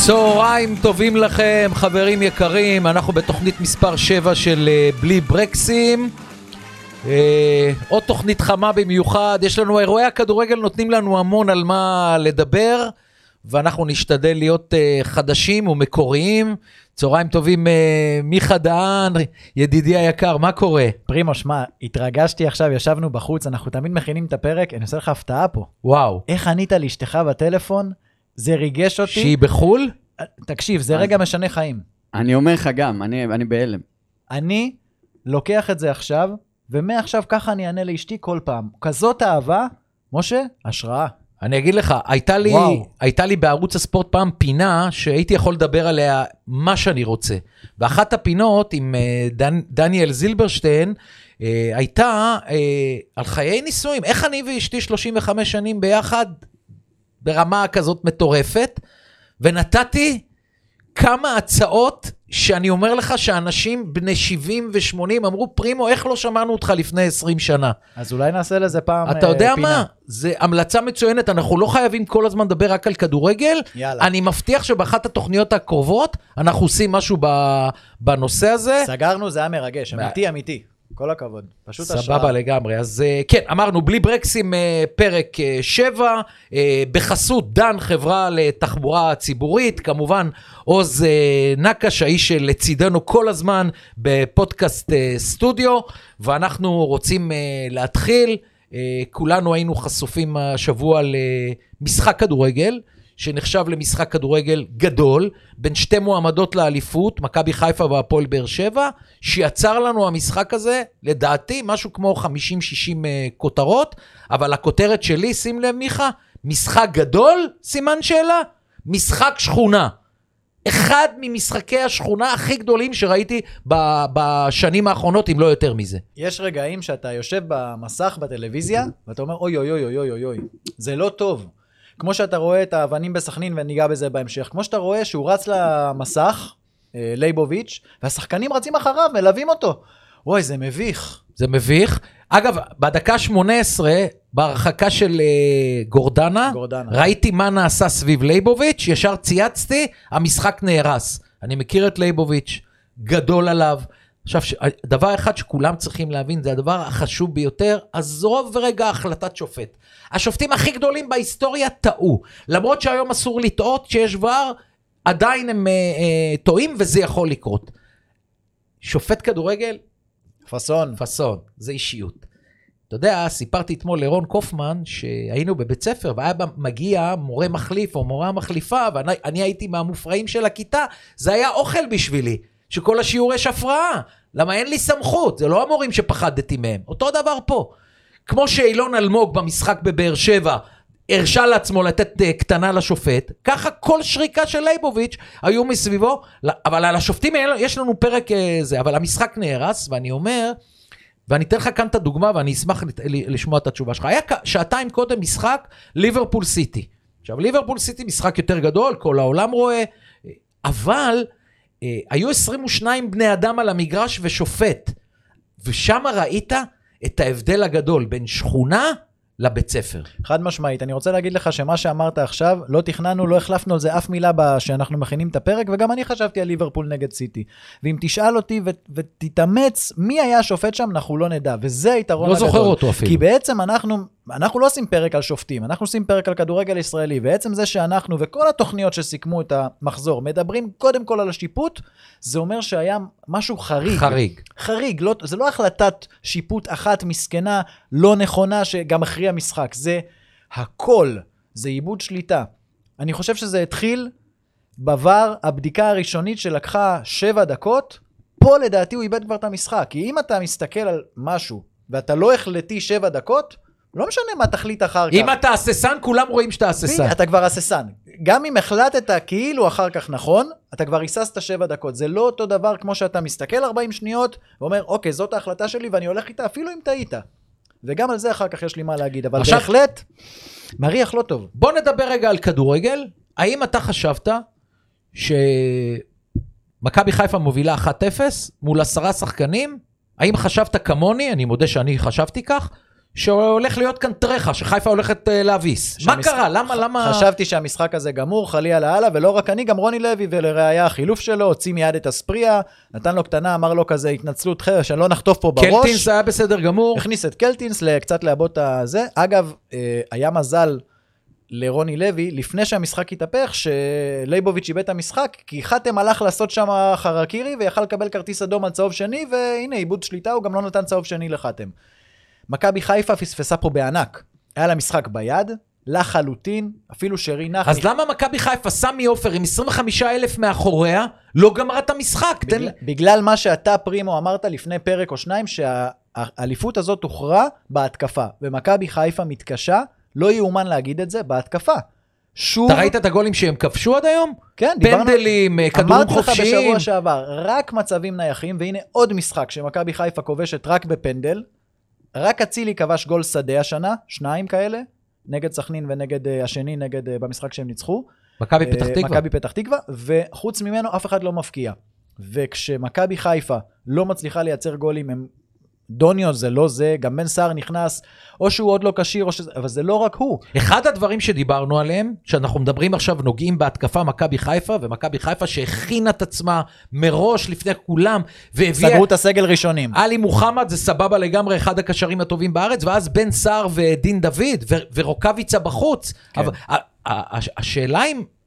צהריים טובים לכם, חברים יקרים. אנחנו בתוכנית מספר 7 של בלי ברקסים. עוד תוכנית חמה במיוחד. יש לנו אירועי הכדורגל, נותנים לנו המון על מה לדבר, ואנחנו נשתדל להיות חדשים ומקוריים. צהריים טובים, מיכה דהן, ידידי היקר, מה קורה? פרימו, שמע, התרגשתי עכשיו, ישבנו בחוץ, אנחנו תמיד מכינים את הפרק, אני עושה לך הפתעה פה. וואו. איך ענית לאשתך בטלפון? זה ריגש אותי. שהיא בחול? תקשיב, זה רגע משנה חיים. אני אומר לך גם, אני בהלם. אני לוקח את זה עכשיו, ומעכשיו ככה אני אענה לאשתי כל פעם. כזאת אהבה, משה, השראה. אני אגיד לך, הייתה לי בערוץ הספורט פעם פינה שהייתי יכול לדבר עליה מה שאני רוצה. ואחת הפינות עם דניאל זילברשטיין הייתה על חיי נישואים. איך אני ואשתי 35 שנים ביחד ברמה כזאת מטורפת, ונתתי כמה הצעות שאני אומר לך שאנשים בני 70 ו-80 אמרו, פרימו, איך לא שמענו אותך לפני 20 שנה? אז אולי נעשה לזה פעם פינה. אתה יודע מה? זה המלצה מצוינת, אנחנו לא חייבים כל הזמן לדבר רק על כדורגל. יאללה. אני מבטיח שבאחת התוכניות הקרובות, אנחנו עושים משהו בנושא הזה. סגרנו, זה היה מרגש, אמיתי. כל הכבוד, פשוט השראה. סבבה לגמרי, אז כן, אמרנו, בלי ברקסים פרק 7, בחסות דן חברה לתחבורה ציבורית, כמובן עוז נקש, האיש לצידנו כל הזמן בפודקאסט סטודיו, ואנחנו רוצים להתחיל, כולנו היינו חשופים השבוע למשחק כדורגל, שנחשב למשחק כדורגל גדול, בין שתי מועמדות לאליפות, מכבי חיפה והפועל באר שבע, שיצר לנו המשחק הזה, לדעתי, משהו כמו 50-60 כותרות, אבל הכותרת שלי, שים לב מיכה, משחק גדול, סימן שאלה, משחק שכונה. אחד ממשחקי השכונה הכי גדולים שראיתי בשנים האחרונות, אם לא יותר מזה. יש רגעים שאתה יושב במסך בטלוויזיה, ואתה אומר, אוי, אוי, אוי, אוי, אוי, אוי, זה לא טוב. כמו שאתה רואה את האבנים בסכנין, וניגע בזה בהמשך, כמו שאתה רואה שהוא רץ למסך, לייבוביץ', והשחקנים רצים אחריו, מלווים אותו. וואי, זה מביך. זה מביך. אגב, בדקה 18, בהרחקה של גורדנה, ראיתי מה נעשה סביב לייבוביץ', ישר צייצתי, המשחק נהרס. אני מכיר את לייבוביץ', גדול עליו. עכשיו, דבר אחד שכולם צריכים להבין, זה הדבר החשוב ביותר, עזוב רגע החלטת שופט. השופטים הכי גדולים בהיסטוריה טעו. למרות שהיום אסור לטעות, שיש כבר, עדיין הם טועים, וזה יכול לקרות. שופט כדורגל? פסון, זה אישיות. אתה יודע, סיפרתי אתמול לרון קופמן, שהיינו בבית ספר, והיה מגיע מורה מחליף או מורה מחליפה, ואני הייתי מהמופרעים של הכיתה, זה היה אוכל בשבילי. שכל השיעור יש הפרעה, למה אין לי סמכות, זה לא המורים שפחדתי מהם, אותו דבר פה, כמו שאילון אלמוג במשחק בבאר שבע, הרשה לעצמו לתת קטנה לשופט, ככה כל שריקה של לייבוביץ' היו מסביבו, אבל על השופטים יש לנו פרק זה, אבל המשחק נהרס, ואני אומר, ואני אתן לך כאן את הדוגמה, ואני אשמח לשמוע את התשובה שלך, היה שעתיים קודם משחק ליברפול סיטי, עכשיו ליברפול סיטי משחק יותר גדול, כל העולם רואה, אבל היו 22 בני אדם על המגרש ושופט, ושם ראית את ההבדל הגדול בין שכונה לבית ספר. חד משמעית, אני רוצה להגיד לך שמה שאמרת עכשיו, לא תכננו, לא החלפנו על זה אף מילה שאנחנו מכינים את הפרק, וגם אני חשבתי על ליברפול נגד סיטי. ואם תשאל אותי ותתאמץ מי היה השופט שם, אנחנו לא נדע, וזה היתרון הגדול. לא זוכר אותו אפילו. כי בעצם אנחנו לא עושים פרק על שופטים, אנחנו עושים פרק על כדורגל ישראלי, בעצם זה שאנחנו וכל התוכניות שסיכמו את המחזור, מדברים קודם כל על השיפוט, זה אומר שהיה משהו חריג, לא, זה לא החלטת שיפוט אחת מסכנה, לא נכונה, שגם הכריע משחק, זה הכל, זה איבוד שליטה. אני חושב שזה התחיל בעבר, הבדיקה הראשונית שלקחה 7 דקות, פה לדעתי הוא איבד כבר את המשחק, כי אם אתה מסתכל על משהו, ואתה לא החלטי 7 דקות, לא משנה מה תחליט אחר כך. אם אתה אססן, כולם רואים שאתה אססן. אתה כבר אססן. גם אם החלטת כאילו אחר כך נכון, אתה כבר היססת 7 דקות. זה לא אותו דבר כמו שאתה מסתכל 40 שניות, ואומר, אוקיי, זאת ההחלטה שלי, ואני הולך איתה, אפילו אם טעית. וגם על זה אחר כך יש לי מה להגיד. אבל עכשיו, בהחלט, מריח לא טוב. בוא נדבר רגע על כדורגל. האם אתה חשבת שמכבי חיפה מובילה 1-0 מול 10 שחקנים? האם חשבת כמוני, אני מודה שאני חשבתי כך, שהולך להיות כאן טרחה, שחיפה הולכת להביס. מה קרה? למה? חשבתי שהמשחק הזה גמור, חלילה להלאה, ולא רק אני, גם רוני לוי, ולראיה החילוף שלו, הוציא מיד את הספריה, נתן לו קטנה, אמר לו כזה, התנצלות חרא, שלא נחטוף פה בראש. קלטינס היה בסדר גמור. הכניס את קלטינס קצת לעבוד את זה. אגב, היה מזל לרוני לוי, לפני שהמשחק התהפך, שלייבוביץ' איבד את המשחק, כי חתם הלך לעשות שם חרקירי, ויכל לקבל כרטיס אדום על צהוב שני, והנה, איבוד שליטה, הוא גם לא נתן צהוב שני לחתם. מכבי חיפה פספסה פה בענק. היה לה משחק ביד, לחלוטין, אפילו שרי נח. אז למה מכבי חיפה, סמי עופר, עם 25,000 מאחוריה, לא גמרה את המשחק? בגלל מה שאתה, פרימו, אמרת לפני פרק או שניים, שהאליפות הזאת הוכרע בהתקפה, ומכבי חיפה מתקשה, לא יאומן להגיד את זה, בהתקפה. שוב... אתה ראית את הגולים שהם כבשו עד היום? כן, דיברנו... פנדלים, כדורים חופשיים. אמרתי לך בשבוע שעבר, רק מצבים נייחים, והנה עוד משחק שמכבי חיפה כובשת רק בפנדל, רק אצילי כבש גול שדה השנה, 2 כאלה, נגד סכנין ונגד השני, במשחק שהם ניצחו. מכבי פתח תקווה. מכבי פתח תקווה, וחוץ ממנו אף אחד לא מפקיע. וכשמכבי חיפה לא מצליחה לייצר גולים, הם דוניו זה לא זה, גם בן סער נכנס, או שהוא עוד לא קשיר, אבל זה לא רק הוא. אחד הדברים שדיברנו עליהם, שאנחנו מדברים עכשיו, נוגעים בהתקפה מכבי חיפה, ומכבי חיפה שהכינה את עצמה מראש לפני כולם, והביאה... סגרו את הסגל ראשונים. עלי מוחמד זה סבבה לגמרי, אחד הקשרים הטובים בארץ, ואז בן סער ודין דוד, ורוקביצה בחוץ. כן. אבל השאלה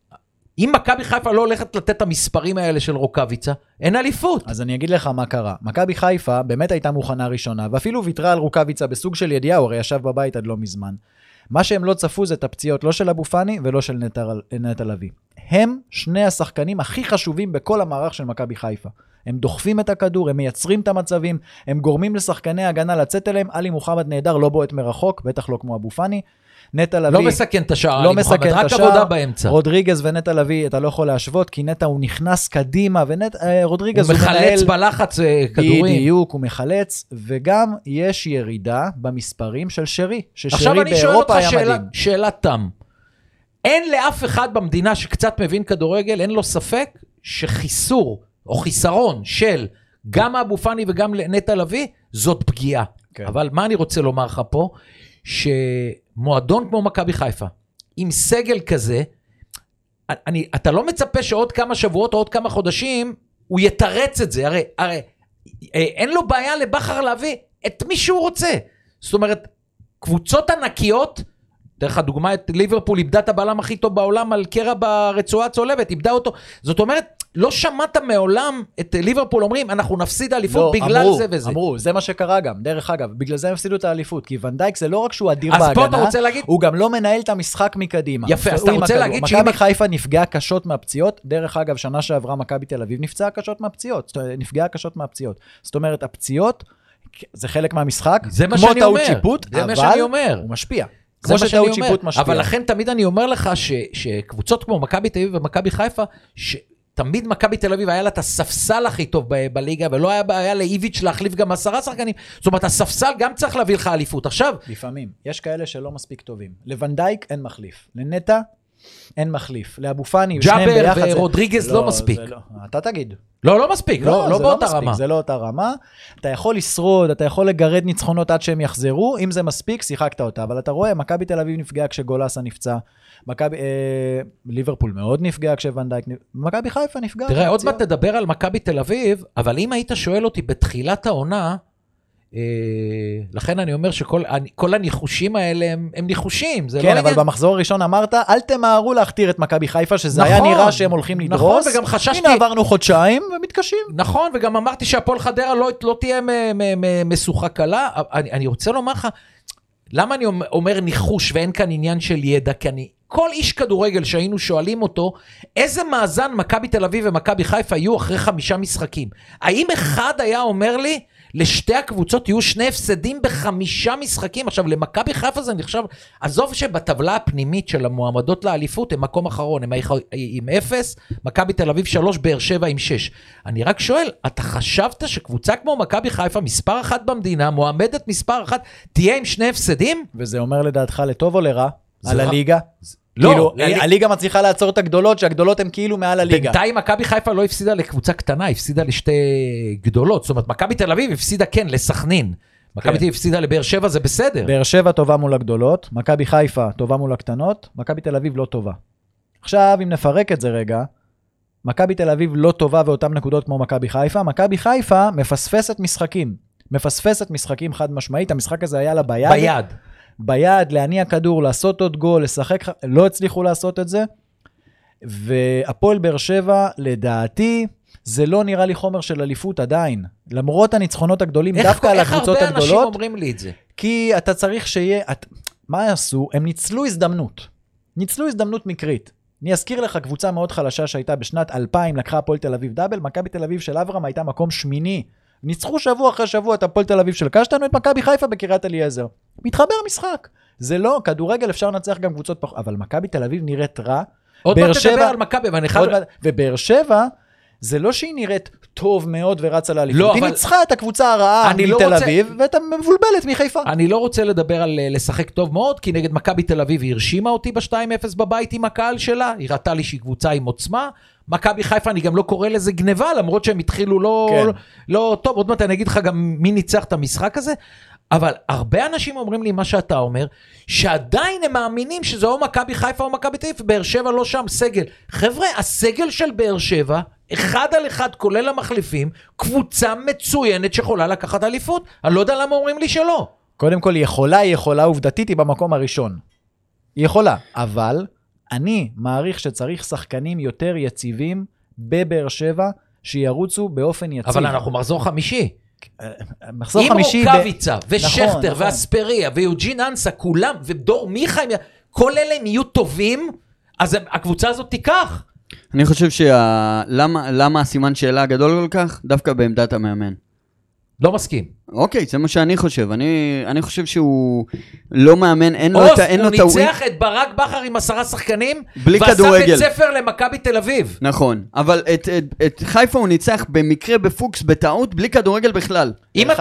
אם מכבי חיפה לא הולכת לתת את המספרים האלה של רוקביצה, אין אליפות. אז אני אגיד לך מה קרה. מכבי חיפה באמת הייתה מוכנה ראשונה, ואפילו ויתרה על רוקביצה בסוג של ידיעה, הוא הרי ישב בבית עד לא מזמן. מה שהם לא צפו זה את הפציעות לא של אבו פני ולא של נטע לביא. הם שני השחקנים הכי חשובים בכל המערך של מכבי חיפה. הם דוחפים את הכדור, הם מייצרים את המצבים, הם גורמים לשחקני ההגנה לצאת אליהם. עלי מוחמד נהדר, לא בועט מרחוק, בטח לא כמו אבו פני. נטע לביא... לא מסכן את השער, לא מסכן את השער, רק עבודה באמצע. רודריגז ונטע לביא, אתה לא יכול להשוות, כי נטע הוא נכנס קדימה, ורודריגז הוא מחלץ בלחץ כדורים. בדיוק, הוא מחלץ, וגם יש ירידה במספרים של שרי, ששרי באירופה היה מדהים. שאלה תם. אין לאף אחד במדינה שקצת מבין כדורגל, אין לו ספק שחיסור או חיסרון של גם אבו פני וגם נטע לביא, זאת פגיעה. כן. אבל מה אני רוצה לומר לך פה? שמועדון כמו מכבי חיפה, עם סגל כזה, אתה לא מצפה שעוד כמה שבועות או עוד כמה חודשים, הוא יתרץ את זה, הרי אין לו בעיה לבחר להביא את מי שהוא רוצה. זאת אומרת, קבוצות ענקיות, דרך הדוגמה, את ליברפול איבדה את הבעלם הכי טוב בעולם על קרע ברצועה הצולבת, איבדה אותו. זאת אומרת, לא שמעת מעולם את ליברפול אומרים, אנחנו נפסיד האליפות בגלל זה וזה. אמרו, זה מה שקרה גם. דרך אגב, בגלל זה הם הפסידו את האליפות, כי ונדייק זה לא רק שהוא אדיר בהגנה, אז פה אתה רוצה להגיד... הוא גם לא מנהל את המשחק מקדימה. יפה, אז אתה רוצה להגיד מכבי חיפה נפגעה קשות מהפציעות, דרך אגב, שנה שעברה מכבי תל אביב נפגעה קשות מהפציעות. זאת אומרת, הפציעות, זה חלק מהמשחק, כמו טעות שיפוט, אבל הוא משפיע. כמו שטעות שיפוט משפיע. אבל לכן תמיד אני אומר לך שקבוצות כמו מכבי תל אביב ומכבי חיפה, תמיד מכבי תל אביב היה לה את הספסל הכי טוב בליגה, ולא היה בעיה לאיביץ' להחליף גם 10 שחקנים. זאת אומרת, הספסל גם צריך להביא לך אליפות. עכשיו... לפעמים. יש כאלה שלא מספיק טובים. לוונדייק אין מחליף. לנטע אין מחליף. לאבו פני ושניהם ביחד... ג'אבר ורודריגז לא מספיק. אתה תגיד. לא מספיק. לא באותה רמה. זה לא אותה רמה. אתה יכול לשרוד, אתה יכול לגרד ניצחונות עד שהם יחזרו. אם זה מספיק, שיחקת אותה. אבל אתה רואה, מכבי תל אביב נפגעה כשגולסה נפצע. ליברפול מאוד נפגע כשוונדייק, מכבי חיפה נפגע. תראה, עוד מעט תדבר על מכבי תל אביב, אבל אם היית שואל אותי בתחילת העונה, לכן אני אומר שכל הניחושים האלה הם ניחושים. כן, אבל במחזור הראשון אמרת, אל תמהרו להכתיר את מכבי חיפה, שזה היה נראה שהם הולכים לדרוס. נכון, וגם חששתי... הנה עברנו חודשיים ומתקשים. נכון, וגם אמרתי שהפועל חדרה לא תהיה משוכה קלה. אני רוצה לומר לך, למה אני אומר ניחוש ואין כאן עניין של ידע? כי כל איש כדורגל שהיינו שואלים אותו, איזה מאזן מכבי תל אביב ומכבי חיפה יהיו אחרי 5 משחקים? האם אחד היה אומר לי, לשתי הקבוצות יהיו 2 הפסדים ב5 משחקים? עכשיו, למכבי חיפה זה נחשב, עזוב שבטבלה הפנימית של המועמדות לאליפות, הם מקום אחרון, הם עם 0, מכבי תל אביב 3, באר שבע עם 6. אני רק שואל, אתה חשבת שקבוצה כמו מכבי חיפה, מספר 1 במדינה, מועמדת מספר 1, תהיה עם 2 הפסדים? וזה אומר לדעתך לטוב או לרע? על הליגה? לא, הליגה מצליחה לעצור את הגדולות, שהגדולות הן כאילו מעל הליגה. בינתיים מכבי חיפה לא הפסידה לקבוצה קטנה, הפסידה לשתי גדולות. זאת אומרת, מכבי תל אביב הפסידה כן לסכנין, מכבי תל אביב הפסידה לבאר שבע, זה בסדר. באר שבע טובה מול הגדולות, מכבי חיפה טובה מול הקטנות, מכבי תל אביב לא טובה. עכשיו, אם נפרק את זה רגע, מכבי תל אביב לא טובה ואותם נקודות כמו מכבי חיפה, מכבי חיפה מפספסת משחקים חד משמעית, המשחק הזה היה לה ביד, להניע כדור, לעשות עוד גול, לשחק, לא הצליחו לעשות את זה, והפועל באר שבע, לדעתי, זה לא נראה לי חומר של אליפות עדיין, למרות הניצחונות הגדולים, דווקא על הקבוצות הגדולות. איך הרבה אנשים אומרים לי את זה? כי אתה צריך שיהיה, מה יעשו? הם ניצלו הזדמנות מקרית. אני אזכיר לך קבוצה מאוד חלשה שהייתה בשנת 2000, לקחה הפועל תל אביב דאבל, מכבי תל אביב של אברהם הייתה מקום שמיני. ניצחו שבוע אחרי שבוע את הפועל תל אביב של קשטן, ואת מכבי חיפה בקריית אליעזר. מתחבר משחק. זה לא, כדורגל אפשר לנצח גם קבוצות פחות, אבל מכבי תל אביב נראית רע. עוד מעט תדבר על מכבי, ובאר שבע, זה לא שהיא נראית טוב מאוד ורצה לאליפות, היא ניצחה את הקבוצה הרעה מתל אביב, ואתה מבולבלת מחיפה. אני לא רוצה לדבר על לשחק טוב מאוד, כי נגד מכבי תל אביב היא הרשימה אותי ב-2-0 בבית עם הקהל שלה, היא ראתה לי שהיא קבוצה עם עוצמה, מכבי חיפה אני גם לא קורא לזה גניבה, למרות שהם התחילו לא טוב, עוד מעט אני אגיד לך גם מי ניצח את המשחק הזה, אבל הרבה אנשים אומרים לי מה שאתה אומר, שעדיין הם מאמינים שזה או מכבי חיפה או מכבי תל אביב, באר שבע לא שם, סגל. חבר'ה, הסגל של באר שבע, 1-1 כולל המחליפים, קבוצה מצוינת שיכולה לקחת אליפות. אני לא יודע למה אומרים לי שלא. קודם כל היא יכולה עובדתית, היא במקום הראשון. היא יכולה, אבל אני מעריך שצריך שחקנים יותר יציבים בבאר שבע, שירוצו באופן יציב. אבל אנחנו מחזור חמישי. מחזור חמישי... אם רוקביצה ושכטר ואספריה ויוג'ין אנסה, כולם, ודור מיכה, כל אלה הם יהיו טובים, אז הקבוצה הזאת תיקח. אני חושב למה הסימן שאלה הגדול כל כך? דווקא בעמדת המאמן. לא מסכים. אוקיי, זה מה שאני חושב. אני חושב שהוא לא מאמן, אין לו הוא ניצח את ברק בכר עם 10 שחקנים, בלי כדורגל. ועשה בית ספר למכבי תל אביב. נכון, אבל את חיפה הוא ניצח במקרה בפוקס, בטעות, בלי כדורגל בכלל.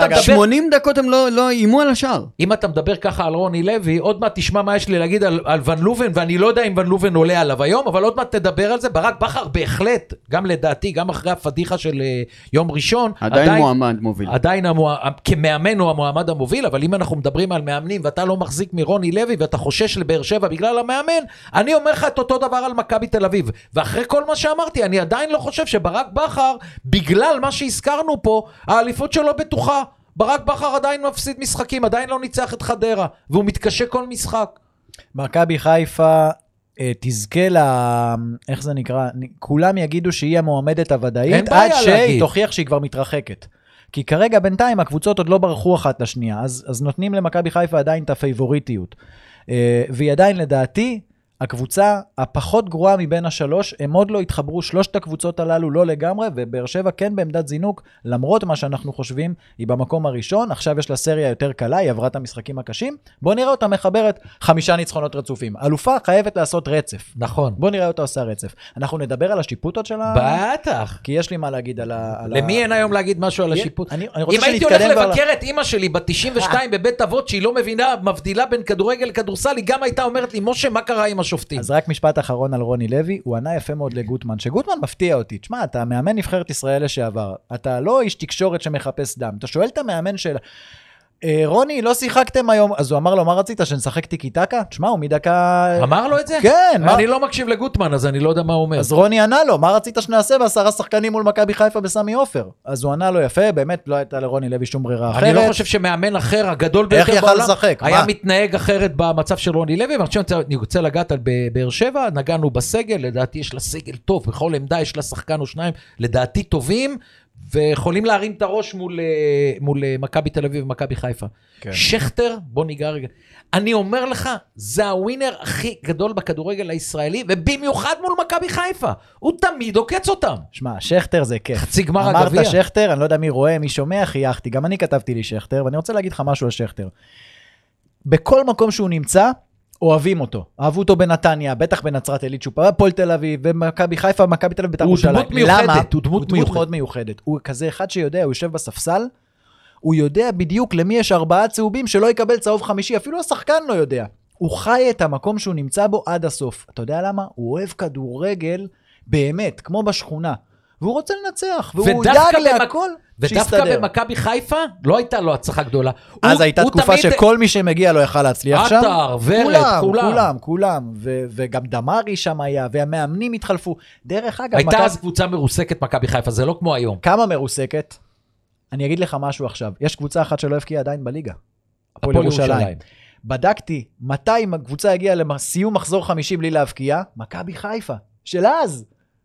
80 דקות הם לא אימו על השאר. אם אתה מדבר ככה על רוני לוי, עוד מעט תשמע מה יש לי להגיד על ון לובן, ואני לא יודע אם ון לובן עולה עליו היום, אבל עוד מעט תדבר על זה. ברק בכר בהחלט, גם לדעתי, גם אחרי הפדיחה של יום ראשון, עדיין מועמד מוביל. עדיין כמאמן הוא המועמד המוביל, אבל אם אנחנו מדברים על מאמנים, ואתה לא מחזיק מרוני לוי, ואתה חושש לבאר שבע בגלל המאמן, אני אומר לך את אותו דבר על מכבי תל אביב. ואחרי כל מה שאמרתי, אני עדיין לא חושב שברק בכר, בגלל מה שהזכרנו פה, האליפות שלו בטוחה. ברק בכר עדיין מפסיד משחקים, עדיין לא ניצח את חדרה, והוא מתקשה כל משחק. מכבי חיפה תזכה איך זה נקרא? כולם יגידו שהיא המועמדת הוודאית, עד שהיא תוכיח שהיא כבר מתרחקת. כי כרגע בינתיים הקבוצות עוד לא ברחו אחת לשנייה, אז נותנים למכבי חיפה עדיין את הפייבוריטיות. והיא עדיין לדעתי, הקבוצה הפחות גרועה מבין השלוש, הם עוד לא התחברו, 3 הקבוצות הללו לא לגמרי, ובאר שבע כן בעמדת זינוק, למרות מה שאנחנו חושבים, היא במקום הראשון, עכשיו יש לה סריה יותר קלה, היא עברה את המשחקים הקשים, בוא נראה אותה מחברת 5 ניצחונות רצופים. אלופה חייבת לעשות רצף. נכון. בוא נראה אותה עושה רצף. אנחנו נדבר על השיפוטות של בטח. כי יש לי מה להגיד על למי אין היום להגיד משהו על השיפוט? אם הייתי הולך לבקר את אמא שלי ב-92 בבית אבות, שהיא לא מבינה, מבדילה בין כדורגל לכדורסל, היא גם הייתה אומרת לי, משה, מה קרה עם השופטים? אז רק משפט אחרון על רוני לוי, הוא ענה יפה מאוד לגוטמן, שגוטמן מפתיע אותי, תשמע, אתה מאמן נבחרת ישראל לשעבר, אתה לא איש תקשורת שמחפש דם, אתה שואל את המאמן של, רוני, לא שיחקתם היום, אז הוא אמר לו, מה רצית, שנשחק טיקי טקה? תשמע, הוא מדקה... אמר לו את זה? כן. אני לא מקשיב לגוטמן, אז אני לא יודע מה הוא אומר. אז רוני ענה לו, מה רצית שנעשה ב10 שחקנים מול מכבי חיפה בסמי עופר? אז הוא ענה לו יפה, באמת לא הייתה לרוני לוי שום ברירה אחרת. אני לא חושב שמאמן אחר, הגדול ביותר בעולם, היה מתנהג אחרת במצב של רוני לוי, ועכשיו אני רוצה לגעת על באר שבע, נגענו בסגל, לדעתי יש לה סגל טוב, בכל עמדה יש לה שחקן או שניים, לדעתי טובים, ויכולים להרים את הראש מול מכבי תל אביב ומכבי חיפה. כן. שכטר, בוא ניגע רגע. אני אומר לך, זה הווינר הכי גדול בכדורגל הישראלי, ובמיוחד מול מכבי חיפה. הוא תמיד עוקץ אותם. שמע, שכטר זה כיף. חצי גמר הגביע. אמרת שכטר, אני לא יודע מי רואה, מי שומע, חייכתי. גם אני כתבתי לי שכטר, ואני רוצה להגיד לך משהו על שכטר. בכל מקום שהוא נמצא, אוהבים אותו. אהבו אותו בנתניה, בטח בנצרת עילית, שהוא פעם פועל תל אביב, ומכבי חיפה, מכבי תל אביב בית"ר ירושלים. הוא דמות מיוחדת. למה? הוא דמות מאוד מיוחדת. הוא כזה אחד שיודע, הוא יושב בספסל, הוא יודע בדיוק למי יש 4 צהובים שלא יקבל צהוב 5, אפילו השחקן לא יודע. הוא חי את המקום שהוא נמצא בו עד הסוף. אתה יודע למה? הוא אוהב כדורגל באמת, כמו בשכונה. והוא רוצה לנצח, והוא ידאג להכל. ודווקא במכבי חיפה לא הייתה לו הצלחה גדולה. אז הייתה תקופה שכל מי שמגיע לא יכל להצליח שם. עטר, ורד, כולם. וגם דמרי שם היה, והמאמנים התחלפו. דרך אגב, הייתה אז קבוצה מרוסקת מכבי חיפה, זה לא כמו היום. כמה מרוסקת? אני אגיד לך משהו עכשיו. יש קבוצה אחת שלא הבקיעה עדיין בליגה. הפועל ירושלים. בדקתי מתי הקבוצה הגיעה לסיום מחזור 50 בלי להבקיע, מכבי חיפה, של אז.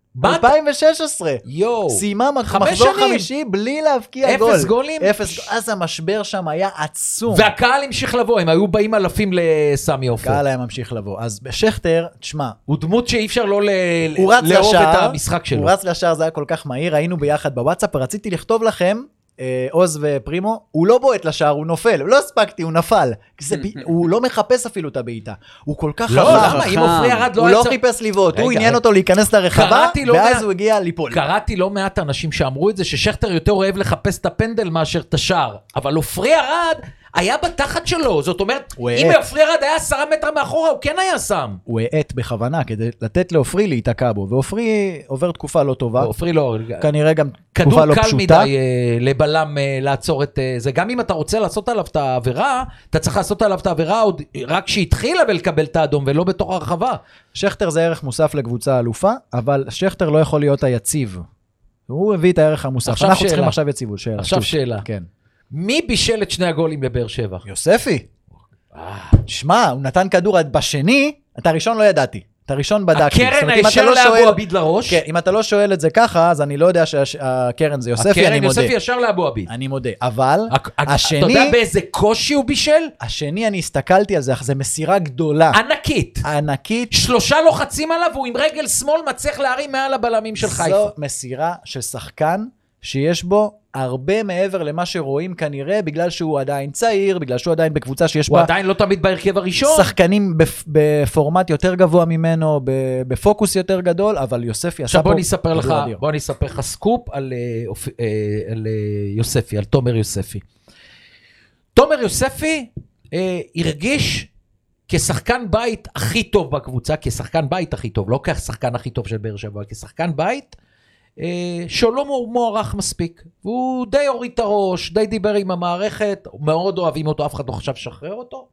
2016. סיימה מחזור 50 בלי להבקיע גול. 0 גולים? אז המשבר שם היה עצום. והקהל המשיך לבוא, הם היו באים אלפים לסמי עופר. הקהל היה ממשיך לבוא. אז בשכתר, תשמע, הוא דמות שאי אפשר לא לאהוב את המשחק שלו. הוא רץ לשער, זה היה כל כך מהיר, היינו ביחד בוואטסאפ, רציתי לכתוב לכם, עוז ופרימו, הוא לא בועט לשער, הוא נופל, לא הספקתי, הוא נפל, הוא לא מחפש אפילו את הבעיטה, הוא כל כך חכם, הוא לא חיפש לבעוט, הוא עניין אותו להיכנס לרחבה, ואז הוא הגיע ליפול. קראתי לא מעט אנשים שאמרו את זה, ששכתר יותר אוהב לחפש את הפנדל מאשר את השער, אבל עופרי ארד היה בתחת שלו, זאת אומרת, אם עופרי ארד היה 10 מטר מאחורה, הוא כן היה שם. הוא העט בכוונה, כדי לתת לעופרי להיתקע בו, ועופרי עובר תקופה לא טובה. עופרי לא... כנראה גם תקופה לא פשוטה. כדור קל מדי לבלם לעצור את זה. גם אם אתה רוצה לעשות עליו את העבירה, אתה צריך לעשות עליו את העבירה עוד רק שהתחילה ולקבל את האדום, ולא בתוך הרחבה. שכתר זה ערך מוסף לקבוצה אלופה, אבל שכתר לא יכול להיות היציב. הוא הביא את הערך המוסף. אנחנו צריכים עכשיו יציבות. עכשיו שאלה. כן. מי בישל את 2 הגולים לבאר שבע? יוספי. שמע, הוא נתן כדור בשני, את הראשון לא ידעתי. את הראשון בדקתי. הקרן הישר לאבו עביד לראש. כן, אם אתה לא שואל את זה ככה, אז אני לא יודע שהקרן זה יוספי, אני מודה. הקרן יוספי ישר לאבו עביד. אני מודה. אבל השני... אתה יודע באיזה קושי הוא בישל? השני, אני הסתכלתי על זה, זה מסירה גדולה. ענקית. ענקית. 3 לוחצים עליו, והוא עם רגל שמאל מצליח להרים מעל הבלמים של חיפה. זו מסירה של שחקן שיש בו הרבה מעבר למה שרואים כנראה, בגלל שהוא עדיין צעיר, בגלל שהוא עדיין בקבוצה שיש בה... הוא עדיין לא תמיד בהרכב הראשון. שחקנים בפורמט יותר גבוה ממנו, בפוקוס יותר גדול, אבל יוספי עשה פה... עכשיו בוא אני אספר לך סקופ על יוספי, על תומר יוספי. תומר יוספי הרגיש כשחקן בית הכי טוב בקבוצה, כשחקן בית הכי טוב, לא כשחקן הכי טוב של באר שבע, כשחקן בית, שלום הוא מוערך מספיק, והוא די הוריד את הראש, די דיבר עם המערכת, מאוד אוהבים אותו, אף אחד לא חשב שחרר אותו,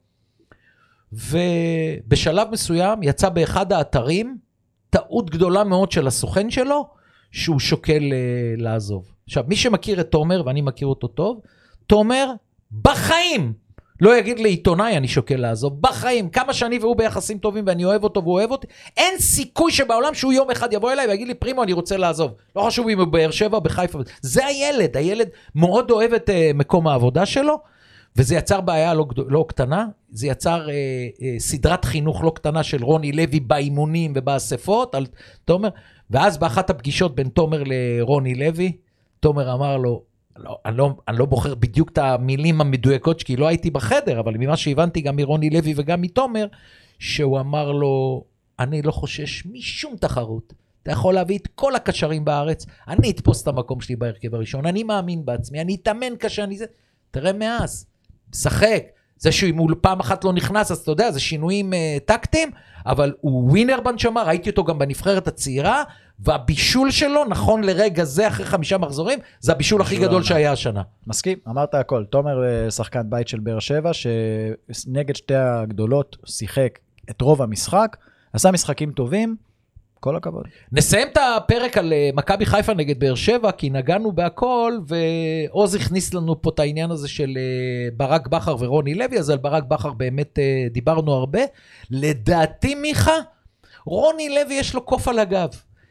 ובשלב מסוים יצא באחד האתרים, טעות גדולה מאוד של הסוכן שלו, שהוא שוקל לעזוב. עכשיו, מי שמכיר את תומר, ואני מכיר אותו טוב, תומר בחיים, לא יגיד לעיתונאי אני שוקל לעזוב, בחיים, כמה שאני והוא ביחסים טובים ואני אוהב אותו והוא אוהב אותי, אין סיכוי שבעולם שהוא יום אחד יבוא אליי ויגיד לי, פרימו, אני רוצה לעזוב. לא חשוב אם הוא באר שבע, בחיפה. זה הילד מאוד אוהב את מקום העבודה שלו, וזה יצר בעיה לא קטנה, זה יצר סדרת חינוך לא קטנה של רוני לוי באימונים ובאספות, על תומר, ואז באחת הפגישות בין תומר לרוני לוי, תומר אמר לו, אני לא בוחר בדיוק את המילים המדויקות, כי לא הייתי בחדר, אבל ממה שהבנתי גם מרוני לוי וגם מתומר, שהוא אמר לו, אני לא חושש משום תחרות, אתה יכול להביא את כל הקשרים בארץ, אני אתפוס את המקום שלי בהרכב הראשון, אני מאמין בעצמי, אני אתאמן קשה, תראה מאז, שחק, זה שאם הוא פעם אחת לא נכנס, אז אתה יודע, זה שינויים טקטיים, אבל הוא ווינר בנשמה, ראיתי אותו גם בנבחרת הצעירה, והבישול שלו, נכון לרגע זה, אחרי 5 מחזורים, זה הבישול הכי גדול שהיה השנה. מסכים, אמרת הכל. תומר שחקן בית של באר שבע, שנגד שתי הגדולות שיחק את רוב המשחק, עשה משחקים טובים, כל הכבוד. נסיים את הפרק על מכבי חיפה נגד באר שבע, כי נגענו בהכל, ועוז הכניס לנו פה את העניין הזה של ברק בכר ורוני לוי, אז על ברק בכר באמת דיברנו הרבה. לדעתי מיכה, רוני לוי יש לו קוף על הגב.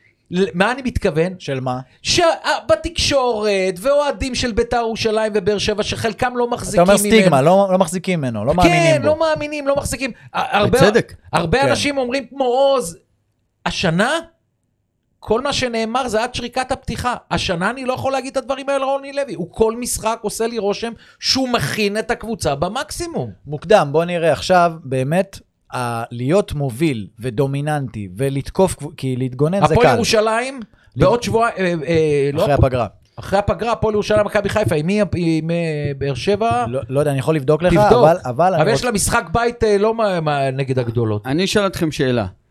מה אני מתכוון? של מה? בתקשורת, ואוהדים של בית"ר ירושלים ובאר שבע, שחלקם לא מחזיקים ממנו. אתה אומר סטיגמה, לא מחזיקים ממנו, לא מאמינים בו. כן, לא מאמינים, לא מחזיקים. בצדק. הרבה אנשים אומרים כמו עוז, השנה, כל מה שנאמר זה עד שריקת הפתיחה. השנה אני לא יכול להגיד את הדברים האלה רוני לוי. הוא כל משחק עושה לי רושם שהוא מכין את הקבוצה במקסימום. מוקדם, בוא נראה עכשיו, באמת, להיות מוביל ודומיננטי ולתקוף, כי להתגונן זה קל. הפועל ירושלים, בעוד שבוע... אחרי הפגרה. אחרי הפגרה, הפועל ירושלים, מכבי חיפה, עם באר שבע... לא יודע, אני יכול לבדוק לך, אבל... אבל יש לה משחק בית לא נגד הגדולות. אני אשאל אתכם שאלה.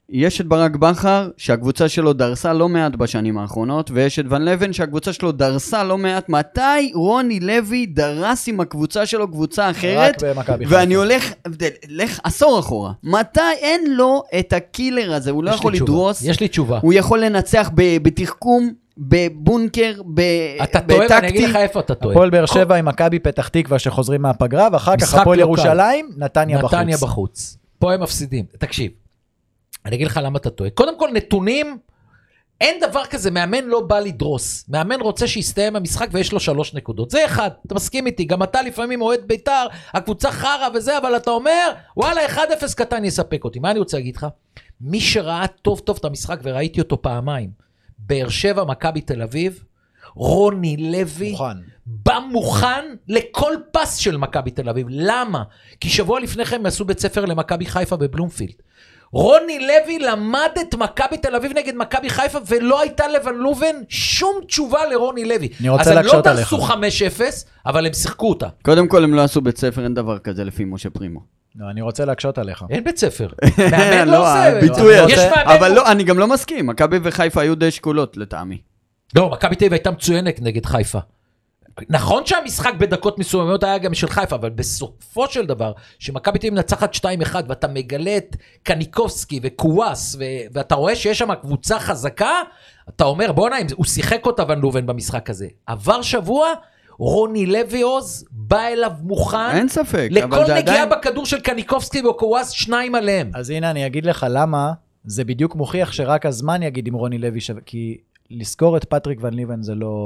יש את ברק בכר, שהקבוצה שלו דרסה לא מעט בשנים האחרונות, ויש את ון לבן, שהקבוצה שלו דרסה לא מעט. מתי רוני לוי דרס עם הקבוצה שלו קבוצה אחרת? רק במכבי ואני הולך עשור אחורה. מתי אין לו את הקילר הזה? הוא לא יכול לדרוס. יש לי תשובה. הוא יכול לנצח בתחכום, בבונקר, בטקטי. אתה טועה, אני אגיד לך איפה אתה טועה. הפועל באר שבע עם מכבי פתח תקווה שחוזרים מהפגרה, ואחר כך הפועל ירושלים, נתניה בחוץ. פה הם מפסידים. תקשיב. אני אגיד לך למה אתה טועה. קודם כל, נתונים, אין דבר כזה, מאמן לא בא לדרוס. מאמן רוצה שיסתיים המשחק ויש לו 3 נקודות. זה אחד, אתה מסכים איתי. גם אתה לפעמים אוהד ביתר, הקבוצה חרה וזה, אבל אתה אומר, וואלה, 1-0 קטן יספק אותי. מה אני רוצה להגיד לך? מי שראה טוב טוב את המשחק, וראיתי אותו פעמיים, באר שבע, מכבי תל אביב, רוני לוי, בא מוכן לכל פס של מכבי תל אביב. למה? כי שבוע לפני כן הם עשו בית ספר למכבי חיפה בבלומפילד. רוני לוי למד את מכבי תל אביב נגד מכבי חיפה, ולא הייתה לבן לובן שום תשובה לרוני לוי. אז הם לא דרסו 5-0, אבל הם שיחקו אותה. קודם כל הם לא עשו בית ספר, אין דבר כזה לפי משה פרימו. לא, אני רוצה להקשות עליך. אין בית ספר. מאמן לא עושה. ביטוי הזה. אבל לא, אני גם לא מסכים. מכבי וחיפה היו די שקולות לטעמי. לא, מכבי תל אביב הייתה מצוינת נגד חיפה. נכון שהמשחק בדקות מסוימות היה גם של חיפה, אבל בסופו של דבר, שמכבי תל אביב נצחת 2-1, ואתה מגלה את קניקובסקי וקוואס, ואתה רואה שיש שם קבוצה חזקה, אתה אומר, בוא נעים, הוא שיחק אותה ון לובן במשחק הזה. עבר שבוע, רוני לוי עוז בא אליו מוכן, אין ספק, לכל נגיעה בכדור של קניקובסקי וקוואס, 2 עליהם. אז הנה אני אגיד לך למה, זה בדיוק מוכיח שרק הזמן יגיד עם רוני לוי, כי לזכור את פטריק ון ליבן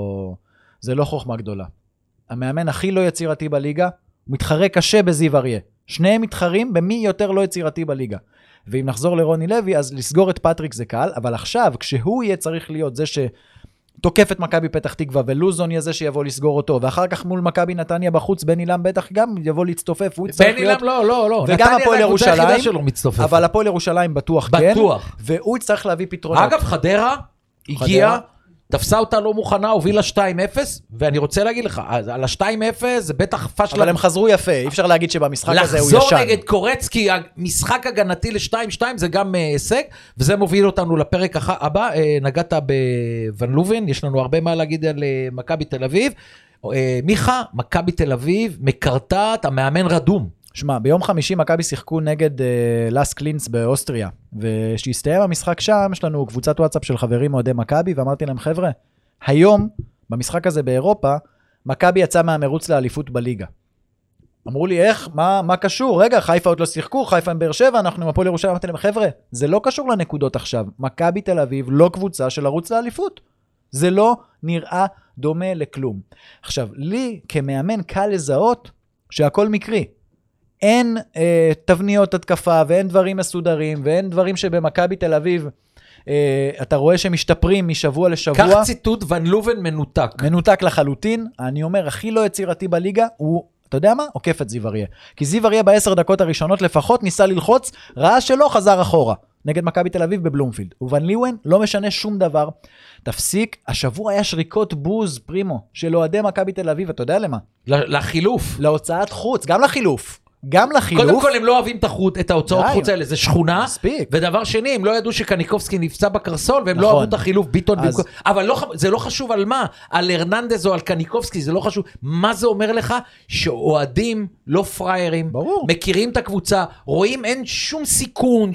זה לא חוכמה גדולה. המאמן הכי לא יצירתי בליגה, הוא מתחרה קשה בזיו אריה. שניהם מתחרים במי יותר לא יצירתי בליגה. ואם נחזור לרוני לוי, אז לסגור את פטריק זה קל, אבל עכשיו, כשהוא יהיה צריך להיות זה שתוקף את מכבי פתח תקווה, ולוזון יהיה זה שיבוא לסגור אותו, ואחר כך מול מכבי נתניה בחוץ, בן אילם בטח גם יבוא להצטופף, הוא צריך להיות... בן אילם לא. וגם הפועל ירושלים, מצטופף. אבל הפועל ירושלים בטוח כן, והוא צריך להביא פתרונות. אגב, חדרה הגיע... תפסה אותה לא מוכנה, הובילה 2-0, ואני רוצה להגיד לך, על ה-2-0 זה בטח פשלה. אבל הם חזרו יפה, אי אפשר להגיד שבמשחק הזה הוא ישן. לחזור נגד קורצקי, המשחק הגנתי ל-2-2 זה גם הישג, וזה מוביל אותנו לפרק הבא, נגעת בוון לובן, יש לנו הרבה מה להגיד על מכבי תל אביב. מיכה, מכבי תל אביב, מקרטעת, המאמן רדום. שמע, ביום חמישי מכבי שיחקו נגד לס קלינץ באוסטריה, ושהסתיים המשחק שם, יש לנו קבוצת וואטסאפ של חברים אוהדי מכבי, ואמרתי להם, חבר'ה, היום, במשחק הזה באירופה, מכבי יצא מהמרוץ לאליפות בליגה. אמרו לי, איך? מה קשור? רגע, חיפה עוד לא שיחקו, חיפה עם באר שבע, אנחנו עם הפועל ירושלים, אמרתי להם, חבר'ה, זה לא קשור לנקודות עכשיו, מכבי תל אביב לא קבוצה של לרוץ לאליפות. זה לא נראה דומה לכלום. עכשיו, לי כמאמן קל לזהות שהכל מקרי. אין תבניות התקפה, ואין דברים מסודרים, ואין דברים שבמכבי תל אביב, אתה רואה שמשתפרים משבוע לשבוע. כך ציטוט ון לובן מנותק. מנותק לחלוטין. אני אומר, הכי לא יצירתי בליגה, הוא, אתה יודע מה? עוקף את זיו אריה. כי זיו אריה ב10 דקות הראשונות לפחות ניסה ללחוץ, ראה שלא חזר אחורה. נגד מכבי תל אביב בבלומפילד. וון ליוון לא משנה שום דבר. תפסיק, השבוע היה שריקות בוז, פרימו, של אוהדי מכבי תל אביב, אתה יודע למה? לחילוף. להוצאת חוץ, גם לחילוף. גם לחילוף. קודם כל הם לא אוהבים את ההוצאות חוץ האלה, זה שכונה. מספיק. ודבר שני, הם לא ידעו שקניקובסקי נפצע בקרסול, והם לא אהבו את החילוף ביטון. אבל זה לא חשוב על מה, על הרננדז או על קניקובסקי, זה לא חשוב. מה זה אומר לך? שאוהדים לא פריירים, מכירים את הקבוצה, רואים אין שום סיכון,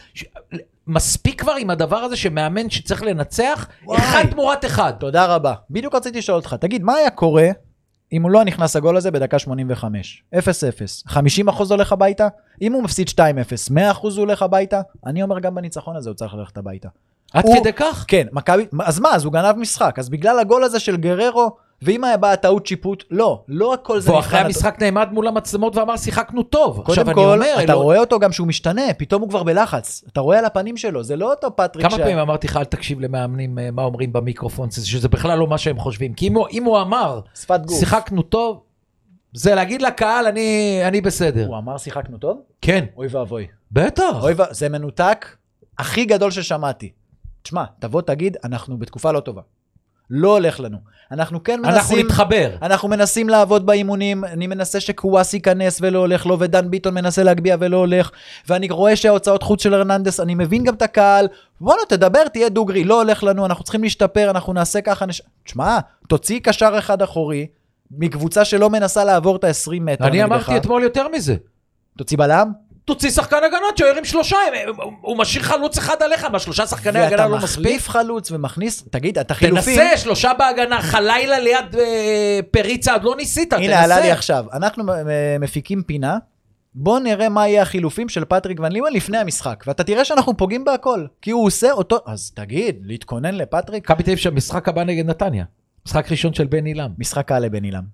מספיק כבר עם הדבר הזה שמאמן שצריך לנצח, אחד תמורת אחד. תודה רבה. בדיוק רציתי לשאול אותך, תגיד, מה היה קורה אם הוא לא נכנס הגול הזה בדקה 85? 0-0. 50% הולך הביתה? אם הוא מפסיד 2-0, 100% הוא הולך הביתה? אני אומר גם בניצחון הזה הוא צריך ללכת הביתה. עד כדי כך? כן, מכבי, אז מה? אז הוא גנב משחק. אז בגלל הגול הזה של גררו, ואם היה באה טעות שיפוט, לא הכל זה. ואחרי המשחק נעמד מול המצלמות ואמר, שיחקנו טוב. קודם כל, אתה רואה אותו גם שהוא משתנה, פתאום הוא כבר בלחץ. אתה רואה על הפנים שלו, זה לא אותו פטריק. כמה פעמים אמרתי לך, אל תקשיב למאמנים מה אומרים במיקרופון, שזה בכלל לא מה שהם חושבים. כי אם הוא אמר, שיחקנו טוב, זה להגיד לקהל, אני בסדר. הוא אמר, שיחקנו טוב? כן. אוי ואבוי. בטח. זה מנותק הכי גדול ששמעתי. תשמע, תבוא תגיד, אנחנו בתקופה לא טובה. לא הולך לנו. אנחנו כן מנסים... אנחנו נתחבר. אנחנו מנסים לעבוד באימונים, אני מנסה שקוואס ייכנס ולא הולך לו, ודן ביטון מנסה להגביע ולא הולך, ואני רואה שההוצאות חוץ של הרננדס, אני מבין גם את הקהל, בואו תדבר, תהיה דוגרי, לא הולך לנו, אנחנו צריכים להשתפר, אנחנו נעשה ככה, תשמע, תוציא קשר אחד אחורי, מקבוצה שלא מנסה לעבור את ה-20 מטר. אני אמרתי אתמול יותר מזה. תוציא בלם? תוציא שחקן הגנות, שוער עם 3, הוא משאיר חלוץ אחד עליך, מה 3 שחקני הגנה לא מספיק? ואתה מחליף חלוץ ומכניס, תגיד, אתה חילופים... תנסה, 3 בהגנה, חלילה ליד פריצה, עוד לא ניסית, תנסה. הנה, עלה לי עכשיו, אנחנו מפיקים פינה, בוא נראה מה יהיה החילופים של פטריק ון לימן לפני המשחק, ואתה תראה שאנחנו פוגעים בהכל, כי הוא עושה אותו, אז תגיד, להתכונן לפטריק... מכבי תל אביב שהמשחק הבא נגד נתניה, משחק ראשון של בן אילם. משחק קל לבן אילם.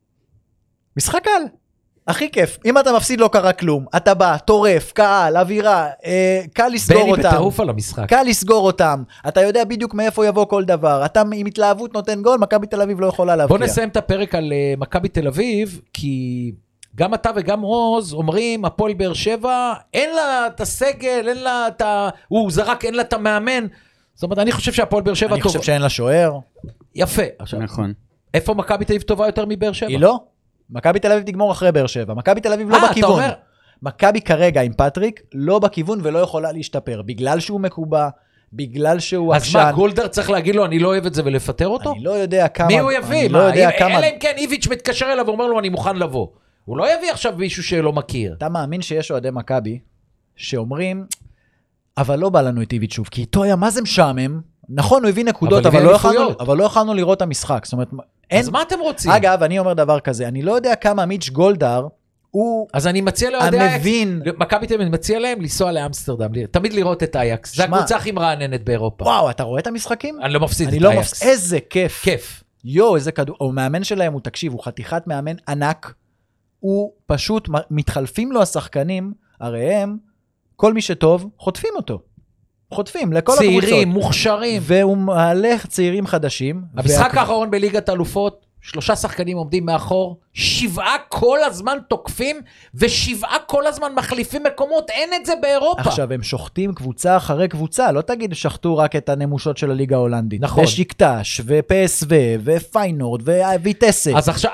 משחק קל. הכי כיף, אם אתה מפסיד לא קרה כלום, אתה בא, טורף, קהל, אווירה, קל לסגור אותם. בני בטירוף על המשחק. קל לסגור אותם, אתה יודע בדיוק מאיפה יבוא כל דבר, אתה עם התלהבות נותן גול, מכבי תל אביב לא יכולה להבקיע. בוא נסיים את הפרק על מכבי תל אביב, כי גם אתה וגם רוז אומרים, הפועל באר שבע, אין לה את הסגל, אין לה את ה... הוא זרק, אין לה את המאמן. זאת אומרת, אני חושב שהפועל באר שבע טוב. אני חושב שאין לה שוער. יפה. נכון. איפה מכבי תל אביב טובה יותר מבאר שבע? היא לא. מכבי תל אביב תגמור אחרי באר שבע. מכבי תל אביב לא בכיוון. אתה אומר? מכבי כרגע עם פטריק לא בכיוון ולא יכולה להשתפר. בגלל שהוא מקובע, בגלל שהוא אז מה, גולדר צריך להגיד לו, אני לא אוהב את זה ולפטר אותו? אני לא יודע כמה... מי הוא יביא? אלא אם כן איביץ' מתקשר אליו ואומר לו, אני מוכן לבוא. הוא לא יביא עכשיו מישהו שלא מכיר. אתה מאמין שיש אוהדי מכבי שאומרים, אבל לא בא לנו את איביץ' שוב, כי איתו היה מה זה משעמם, נכון, הוא הביא נקודות, אבל לא יכולנו לראות את המשחק. זאת אומרת, אז מה אתם רוצים? אגב, אני אומר דבר כזה, אני לא יודע כמה מיץ' גולדהר, הוא אז אני מציע המבין... מכבי תל אביב, אני מציע להם לנסוע לאמסטרדם, תמיד לראות את אייקס, זה הקבוצה הכי מרעננת באירופה. וואו, אתה רואה את המשחקים? אני לא מפסיד את אייקס. איזה כיף. כיף. יו, איזה כדור, הוא מאמן שלהם, הוא תקשיב, הוא חתיכת מאמן ענק, הוא פשוט, מתחלפים לו השחקנים, הרי הם, כל מי שטוב, חוטפים אותו. חוטפים לכל הקבוצות. צעירים, מוכשרים. והוא מעלה צעירים חדשים. המשחק האחרון בליגת האלופות, 3 שחקנים עומדים מאחור, 7 כל הזמן תוקפים, ו7 כל הזמן מחליפים מקומות, אין את זה באירופה. עכשיו, הם שוחטים קבוצה אחרי קבוצה, לא תגיד שחטו רק את הנמושות של הליגה ההולנדית. נכון. ושיקטש, ופסו, ופיינורד, וויטסק.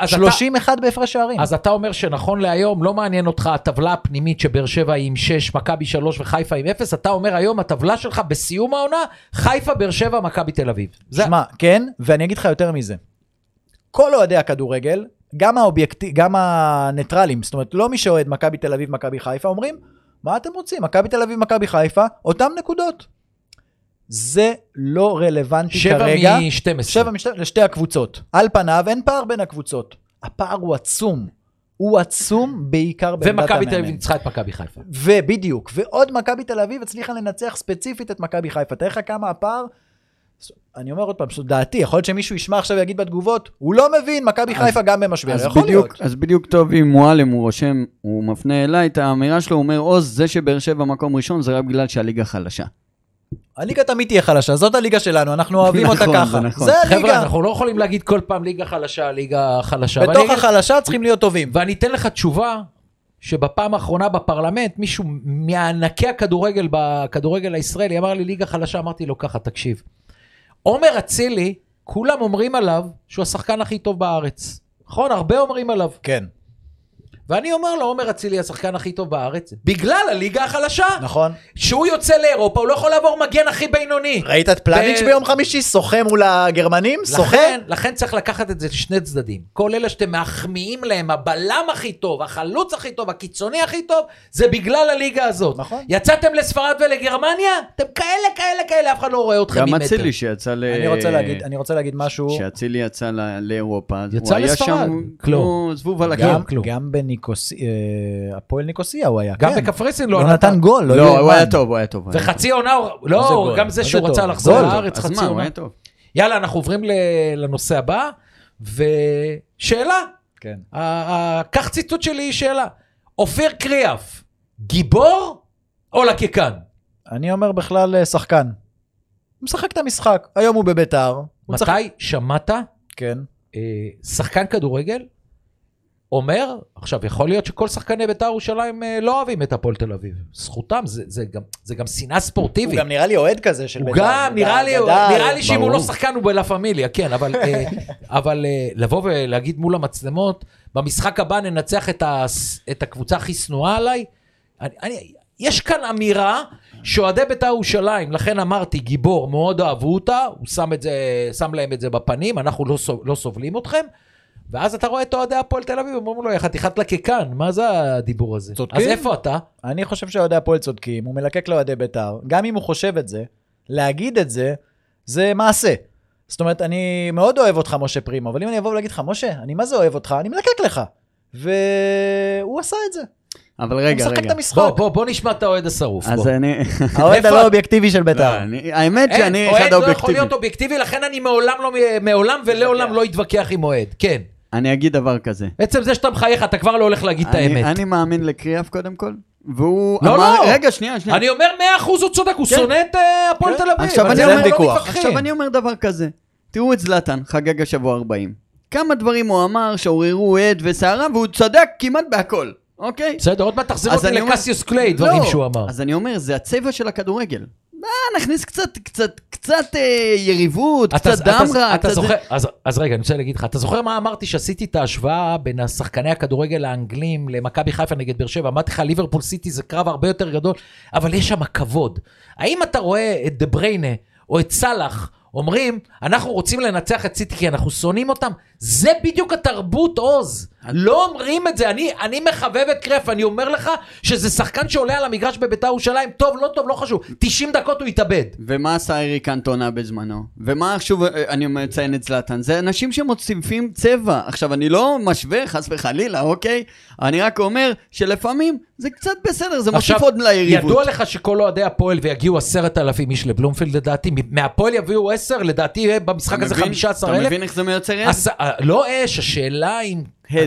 31 בהפרש שערים. אז אתה אומר שנכון להיום, לא מעניין אותך הטבלה הפנימית שבאר שבע היא עם 6, מכבי 3 וחיפה עם 0, אתה אומר היום, הטבלה שלך בסיום העונה, חיפה, באר שבע, מכבי תל אביב. שמע, כן, ואני אגיד לך יותר מזה. כל אוהדי הכדורגל, גם הניטרלים, זאת אומרת, לא מי שאוהד מכבי תל אביב, מכבי חיפה, אומרים, מה אתם רוצים? מכבי תל אביב, מכבי חיפה, אותם נקודות. זה לא רלוונטי כרגע. 7 מ-12 לשתי הקבוצות. על פניו, אין פער בין הקבוצות. הפער הוא עצום. הוא עצום בעיקר בעמדת המאמן. ומכבי תל אביב ניצחה את מכבי חיפה. ובדיוק. ועוד מכבי תל אביב הצליחה לנצח ספציפית את מכבי חיפה. תראה לך כמה הפער... אני אומר עוד פעם, פשוט דעתי, יכול להיות שמישהו ישמע עכשיו ויגיד בתגובות, הוא לא מבין, מכבי חיפה גם במשבר, יכול להיות. אז בדיוק טוב עם מועלם, הוא רושם, הוא מפנה אליי את האמירה שלו, הוא אומר, עוז, זה שבאר שבע מקום ראשון, זה רק בגלל שהליגה חלשה. הליגה תמיד תהיה חלשה, זאת הליגה שלנו, אנחנו אוהבים אותה ככה. זה הליגה. חבר'ה, אנחנו לא יכולים להגיד כל פעם ליגה חלשה, ליגה חלשה. בתוך החלשה צריכים להיות טובים. ואני אתן לך תשובה, שבפעם האחרונה בפרלמנט, מישהו מענקי הכדורגל, בכדורגל הישראלי, אמר לי ליגה חלשה, אמרתי לו ככה, תקשיב. עומר אצילי, כולם אומרים עליו שהוא השחקן הכי טוב בארץ. נכון? הרבה אומרים עליו. כן. ואני אומר לו, עומר אצילי השחקן הכי טוב בארץ, בגלל הליגה החלשה. נכון. שהוא יוצא לאירופה, הוא לא יכול לעבור מגן הכי בינוני. ראית את פלניץ' ביום חמישי? שוחה מול הגרמנים? שוחה? לכן צריך לקחת את זה לשני צדדים. כל אלה שאתם מחמיאים להם, הבלם הכי טוב, החלוץ הכי טוב, הקיצוני הכי טוב, זה בגלל הליגה הזאת. נכון. יצאתם לספרד ולגרמניה? אתם כאלה, אף אחד לא רואה אתכם ממטר. גם אצילי שיצא אני רוצה להגיד משהו. שאצילי יצא לאירופה. יצא לספרד. כלום. זבוב על הקו. גם הפועל ניקוסיה הוא היה, גם בקפריסין לא נתן גול. לא, הוא היה טוב. וחצי עונה, לא, גם זה שהוא רצה לחזור לארץ, חצי עונה. יאללה, אנחנו עוברים לנושא הבא, ושאלה, כך ציטוט שלי היא שאלה, אופיר קריאף, גיבור או לקקן? אני אומר בכלל שחקן. הוא משחק את המשחק, היום הוא בביתר. מתי שמעת כן. שחקן כדורגל, אומר, עכשיו יכול להיות שכל שחקני בית"ר ירושלים לא אוהבים את הפועל תל אביב, זכותם, זה גם שנאה ספורטיבית. הוא גם נראה לי אוהד כזה של בית"ר. הוא גם נראה לי שאם הוא לא שחקן הוא בלה פמיליה, כן, אבל לבוא ולהגיד מול המצלמות, במשחק הבא ננצח את הקבוצה הכי שנואה עליי, יש כאן אמירה שאוהדי בית"ר ירושלים, לכן אמרתי גיבור, מאוד אהבו אותה, הוא שם להם את זה בפנים, אנחנו לא סובלים אתכם, ואז אתה רואה את אוהדי הפועל תל אביב, אומרים לו, חתיכת לקקן, מה זה הדיבור הזה? צודקים. אז איפה אתה? אני חושב שאוהדי הפועל צודקים, הוא מלקק לאוהדי בית"ר, גם אם הוא חושב את זה, להגיד את זה, זה מעשה. זאת אומרת, אני מאוד אוהב אותך, משה פרימו, אבל אם אני אבוא ולהגיד לך, משה, אני מה זה אוהב אותך? אני מלקק לך. והוא עשה את זה. אבל רגע, הוא משחק את המשחק. בוא נשמע את האוהד השרוף. אז אני... האוהד הלא אובייקטיבי של בית"ר. האמת שאני אחד אוהד לא יכול האובייקטיבי. להיות אובייקטיבי, לכן אני מעולם ולעולם לא אתווכח עם אוהד. כן. אני אגיד דבר כזה. עצם זה שאתה מחייך, אתה כבר לא הולך להגיד את האמת. אני מאמין לקריאף קודם כל, והוא לא, אמר... לא. רגע, שנייה. אני אומר 100% הוא צודק, הוא שונא את הפועל תל אביב. עכשיו אני אומר דבר כזה. תראו את זלטן, חגג השבוע 40. כמה דברים הוא אמר שעוררו עד וסערה, והוא צדק כמעט בהכל. אוקיי? בסדר, עוד מעט תחזיר אותי לקסיוס קליי, דברים שהוא אמר. אז אני אומר, זה הצבע של הכדורגל. נכניס קצת יריבות, קצת דמרה. אז רגע, אני רוצה להגיד לך, אתה זוכר מה אמרתי שעשיתי את ההשוואה בין השחקני הכדורגל האנגלים למכבי חיפה נגד באר שבע? אמרתי לך, ליברפול סיטי זה קרב הרבה יותר גדול, אבל יש שם כבוד. האם אתה רואה את דה בריינה או את סלאח, אומרים, אנחנו רוצים לנצח את סיטי כי אנחנו שונאים אותם? זה בדיוק התרבות עוז. לא אומרים את זה. אני מחבב את קרף, אני אומר לך שזה שחקן שעולה על המגרש בבית"ר ירושלים, טוב, לא חשוב. 90 דקות הוא יתאבד. ומה עשה אריק אנטונה בזמנו? ומה שוב, אני מציין את זלטן, זה אנשים שמוסיפים צבע. עכשיו, אני לא משווה, חס וחלילה, אוקיי? אני רק אומר שלפעמים זה קצת בסדר, זה מוסיף עוד ליריבות. ידוע לך שכל אוהדי הפועל ויגיעו 10,000 איש לבלומפילד לדעתי, מהפועל יביאו 10, לדעתי במשחק הזה 15,000. אתה מבין איך זה מייצר עד? לא אש, השאלה אם...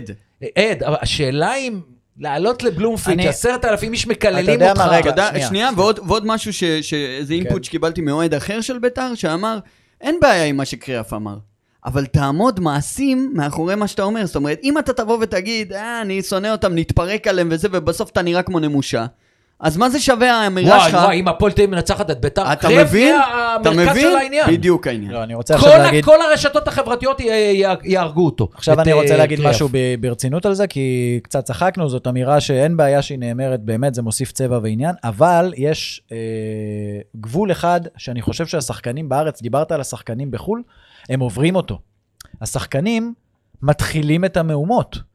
השאלה אם לעלות לבלומפילד, 10,000 איש מקללים אותך. שנייה, ועוד משהו שזה אינפוט שקיבלתי מאוהד אחר של בית"ר, שאמר, אין בעיה עם מה שקריאף אמר, אבל תעמוד מעשים מאחורי מה שאתה אומר. זאת אומרת, אם אתה תבוא ותגיד, אני שונא אותם, נתפרק עליהם וזה, ובסוף אתה נראה כמו נמושה, אז מה זה שווה האמירה שלך? וואי, אם הפועל תהיה מנצחת את בית"ר, אתה מבין? אתה מבין? בדיוק העניין. לא, אני רוצה עכשיו להגיד... כל הרשתות החברתיות יהרגו אותו. עכשיו אני רוצה להגיד משהו ברצינות על זה, כי קצת צחקנו, זאת אמירה שאין בעיה שהיא נאמרת, באמת זה מוסיף צבע ועניין, אבל יש גבול אחד שאני חושב שהשחקנים בארץ, דיברת על השחקנים בחול, הם עוברים אותו. השחקנים מתחילים את המהומות.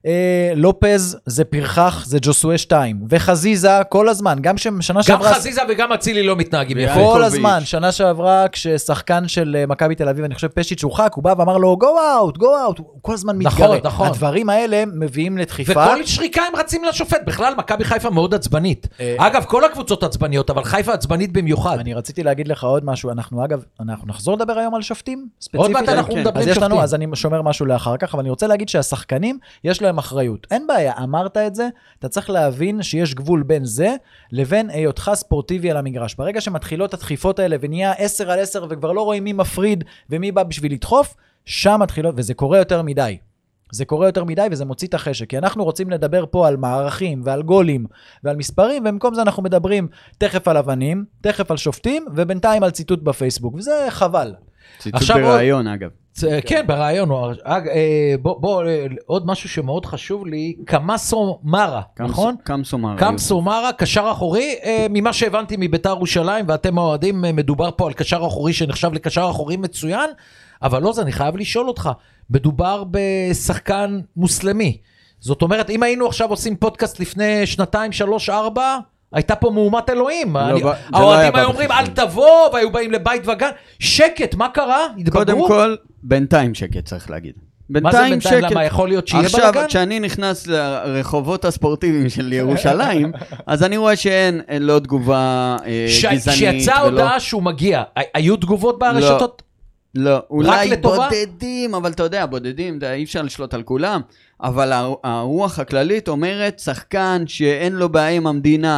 לופז זה פרחח, זה ג'וסואה 2, וחזיזה כל הזמן, גם שנה שעברה... גם חזיזה וגם אצילי לא מתנהגים יפה. כל הזמן, שנה שעברה, כששחקן של מכבי תל אביב, אני חושב פשיץ' הורחק, הוא בא ואמר לו, go out, הוא כל הזמן מתגרה. נכון. הדברים האלה מביאים לדחיפה. וכל שריקה הם רצים לשופט, בכלל מכבי חיפה מאוד עצבנית. אגב, כל הקבוצות עצבניות, אבל חיפה עצבנית במיוחד. אני רציתי להגיד לך עוד משהו, אנחנו נחזור לדבר היום על שופטים, עוד מעט אנחנו מדברים שופטים. אז אני שומר משהו לאחר כך, אבל אני רוצה להגיד שהשחקנים, יש להם אחריות. אין בעיה, אמרת את זה, אתה צריך להבין שיש גבול בין זה לבין היותך ספורטיבי על המגרש. ברגע שמתחילות הדחיפות האלה ונהיה 10 על 10 וכבר לא רואים מי מפריד ומי בא בשביל לדחוף, שם מתחילות, וזה קורה יותר מדי. זה קורה יותר מדי וזה מוציא את החשק, כי אנחנו רוצים לדבר פה על מערכים ועל גולים ועל מספרים, ובמקום זה אנחנו מדברים תכף על אבנים, תכף על שופטים, ובינתיים על ציטוט בפייסבוק, וזה חבל. ציטוט ברעיון אגב. כן, ברעיון. בוא, עוד משהו שמאוד חשוב לי, קמסו מרה, נכון? קמסו מרה, קשר אחורי, ממה שהבנתי מבית"ר ירושלים, ואתם אוהדים, מדובר פה על קשר אחורי שנחשב לקשר אחורי מצוין, אבל לא זה, אני חייב לשאול אותך, מדובר בשחקן מוסלמי. זאת אומרת, אם היינו עכשיו עושים פודקאסט לפני 2, 3, 4, הייתה פה מהומת אלוהים. האוהדים היו אומרים, אל תבוא, והיו באים לבית וגן. שקט, מה קרה? התבגרו? קודם כל, בינתיים שקט, צריך להגיד. מה זה בינתיים? למה יכול להיות שיהיה בלגן? עכשיו, כשאני נכנס לרחובות הספורטיביים של ירושלים, אז אני רואה שאין לא תגובה גזענית. שיצאה הודעה שהוא מגיע, היו תגובות ברשתות? לא, אולי בודדים, אבל אתה יודע, בודדים, אי אפשר לשלוט על כולם, אבל הרוח הכללית אומרת, שחקן שאין לו בעיה עם המדינה,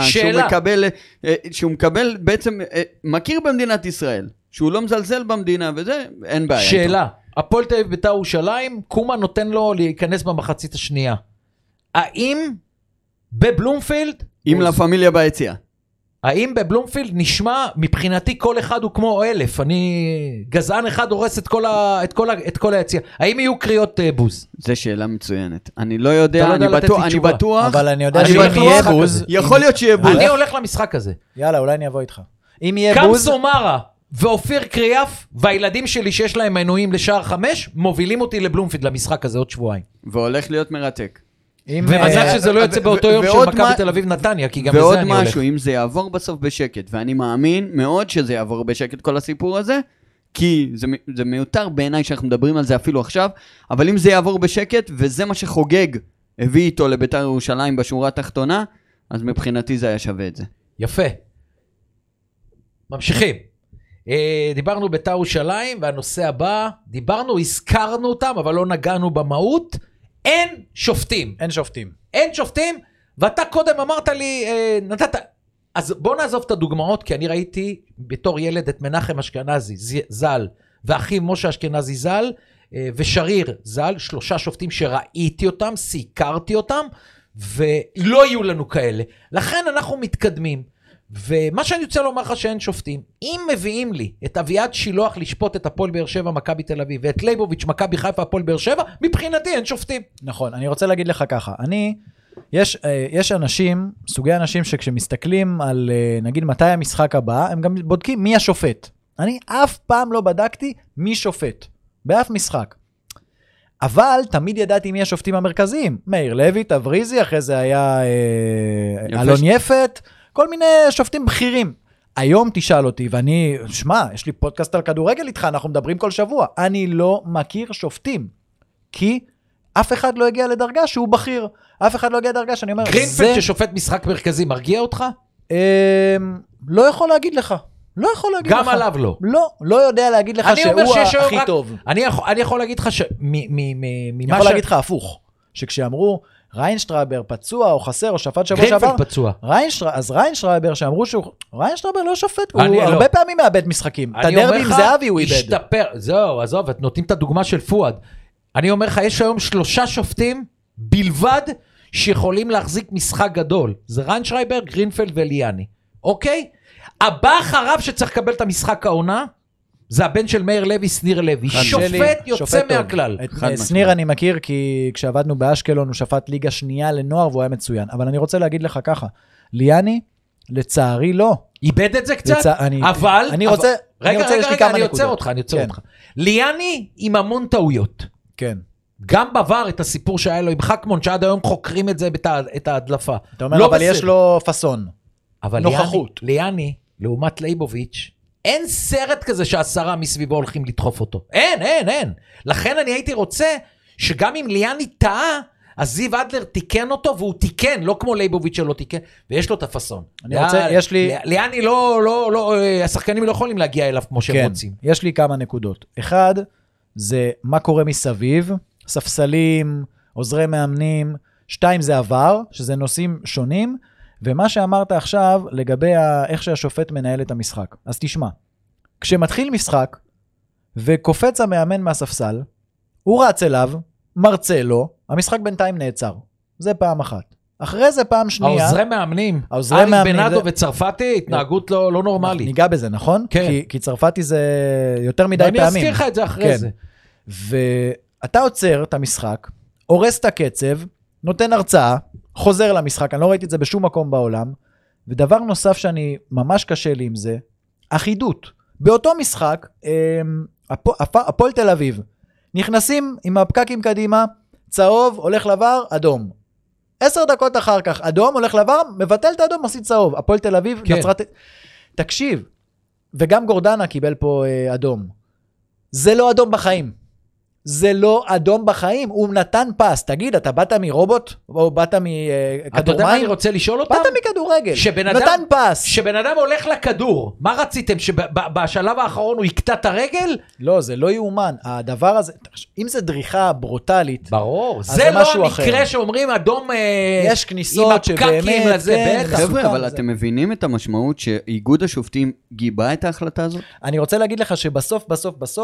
שהוא מקבל בעצם, מכיר במדינת ישראל, שהוא לא מזלזל במדינה, וזה, אין בעיה. שאלה, הפועל תל אביב בית"ר ירושלים, קומה נותן לו להיכנס במחצית השנייה. האם בבלומפילד... אם לפמיליה ביציאה. האם בבלומפילד נשמע, מבחינתי כל אחד הוא כמו 1000, גזען אחד הורס את כל היציאה. האם יהיו קריאות בוז? זו שאלה מצוינת. אני לא יודע, אני בטוח. אבל אני יודע שאם יהיה בוז... יכול להיות שיהיה בוז. אני הולך למשחק הזה. יאללה, אולי אני אבוא איתך. אם יהיה בוז... קם סומרה ואופיר קריאף, והילדים שלי שיש להם מנויים לשער 5, מובילים אותי לבלומפילד למשחק הזה עוד שבועיים. והולך להיות מרתק. ומזל שזה לא יוצא באותו יום של מכבי תל אביב נתניה, כי גם לזה אני הולך. ועוד משהו, אם זה יעבור בסוף בשקט, ואני מאמין מאוד שזה יעבור בשקט כל הסיפור הזה, כי זה מיותר בעיניי שאנחנו מדברים על זה אפילו עכשיו, אבל אם זה יעבור בשקט, וזה מה שחוגג הביא איתו לבית"ר ירושלים בשורה התחתונה, אז מבחינתי זה היה שווה את זה. יפה. ממשיכים. דיברנו בית"ר ירושלים, והנושא הבא, הזכרנו אותם, אבל לא נגענו במהות, אין שופטים. אין שופטים, ואתה קודם אמרת לי, אז בוא נעזוב את הדוגמאות, כי אני ראיתי בתור ילד את מנחם אשכנזי ז"ל, ואחי משה אשכנזי ז"ל, ושריר ז"ל, 3 שופטים שראיתי אותם, סיקרתי אותם, ולא יהיו לנו כאלה. לכן אנחנו מתקדמים. ומה שאני רוצה לומר לך שאין שופטים, אם מביאים לי את אביעד שילוח לשפוט את הפועל באר שבע מכבי תל אביב, ואת לייבוביץ' מכבי חיפה הפועל באר שבע, מבחינתי אין שופטים. נכון, אני רוצה להגיד לך ככה, יש אנשים, סוגי אנשים שכשמסתכלים על נגיד מתי המשחק הבא, הם גם בודקים מי השופט. אני אף פעם לא בדקתי מי שופט, באף משחק. אבל תמיד ידעתי מי השופטים המרכזיים, מאיר לוי, תבריזי, אחרי זה היה אלון יפת, כל מיני שופטים בכירים. היום תשאל אותי, ואני, שמע, יש לי פודקאסט על כדורגל איתך, אנחנו מדברים כל שבוע. אני לא מכיר שופטים, כי אף אחד לא הגיע לדרגה שהוא בכיר. אף אחד לא הגיע לדרגה שאני אומר... גרינפלד ששופט משחק מרכזי, מרגיע אותך? לא יכול להגיד לך. לא יכול להגיד לך. גם עליו לא. לא יודע להגיד לך שהוא הכי טוב. אני יכול להגיד לך אני יכול להגיד לך הפוך. שכשאמרו... ריינשטרייבר פצוע או חסר או שפט שבוע שעבר. גרינפלד פצוע. אז ריינשטרייבר שאמרו שהוא... ריינשטרייבר לא שופט, הוא הרבה פעמים מאבד משחקים. את הדרבי עם זהבי הוא איבד. השתפר, זהו, עזוב, את נותנים את הדוגמה של פואד. אני אומר לך, יש היום 3 שופטים בלבד שיכולים להחזיק משחק גדול. זה ריינשטרייבר, גרינפלד וליאני. אוקיי? הבא אחריו שצריך לקבל את המשחק העונה, זה הבן של מאיר לוי, שניר לוי. שופט יוצא מהכלל. שניר אני מכיר, כי כשעבדנו באשקלון, הוא שפט ליגה שנייה לנוער, והוא היה מצוין. אבל אני רוצה להגיד לך ככה, ליאני, לצערי לא. איבד את זה קצת? אבל... רגע, אני עוצר אותך. ליאני עם המון טעויות. כן. גם בעבר את הסיפור שהיה לו עם חכמון, שעד היום חוקרים את זה, את ההדלפה. אתה אומר, אבל יש לו פסון. נוכחות. ליאני, לעומת לייבוביץ', אין סרט כזה ש10 מסביבו הולכים לדחוף אותו. אין. לכן אני הייתי רוצה שגם אם ליאני טעה, אז זיו אדלר תיקן אותו, והוא תיקן, לא כמו לייבוביץ' שלא תיקן, ויש לו את הפסון. ליאני השחקנים לא יכולים להגיע אליו כמו שהם רוצים. יש לי כמה נקודות. אחד, זה מה קורה מסביב, ספסלים, עוזרי מאמנים. 2, זה עבר, שזה נושאים שונים, ומה שאמרת עכשיו לגבי איך שהשופט מנהל את המשחק. אז תשמע, כשמתחיל משחק וקופץ המאמן מהספסל, הוא רץ אליו, מרצה לו, המשחק בינתיים נעצר. זה פעם אחת. אחרי זה פעם שנייה... העוזרי מאמנים, אריק בנאדו וצרפתי, התנהגות לא נורמלית. ניגע בזה, נכון? כן. כי צרפתי זה יותר מדי פעמים. ואני אזכיר לך את זה אחרי זה. ואתה עוצר את המשחק, הורס את הקצב, נותן הרצאה, חוזר למשחק, אני לא ראיתי את זה בשום מקום בעולם, ודבר נוסף שאני ממש קשה לי עם זה, אחידות. באותו משחק, הפועל תל אביב, נכנסים עם הפקקים קדימה, צהוב, הולך לבר, אדום. 10 דקות אחר כך, אדום, הולך לבר, מבטל את האדום, עושה צהוב. הפועל תל אביב, כן. נצרת... תקשיב, וגם גורדנה קיבל פה אדום. זה לא אדום בחיים. זה לא אדום בחיים, הוא נתן פס. תגיד, אתה באת מרובוט? או באת מכדורמים? אתה יודע מה אני רוצה לשאול אותם? באת מכדורגל, נתן פס. שבן אדם הולך לכדור, מה רציתם? שבשלב האחרון הוא יקטע את הרגל? לא, זה לא יאומן. הדבר הזה, אם זה דריכה ברוטלית, ברור, זה לא המקרה שאומרים אדום יש כניסות שבאמת, חבר'ה, אבל אתם מבינים את המשמעות שאיגוד השופטים גיבה את ההחלטה הזאת? אני רוצה להגיד לך שבסוף,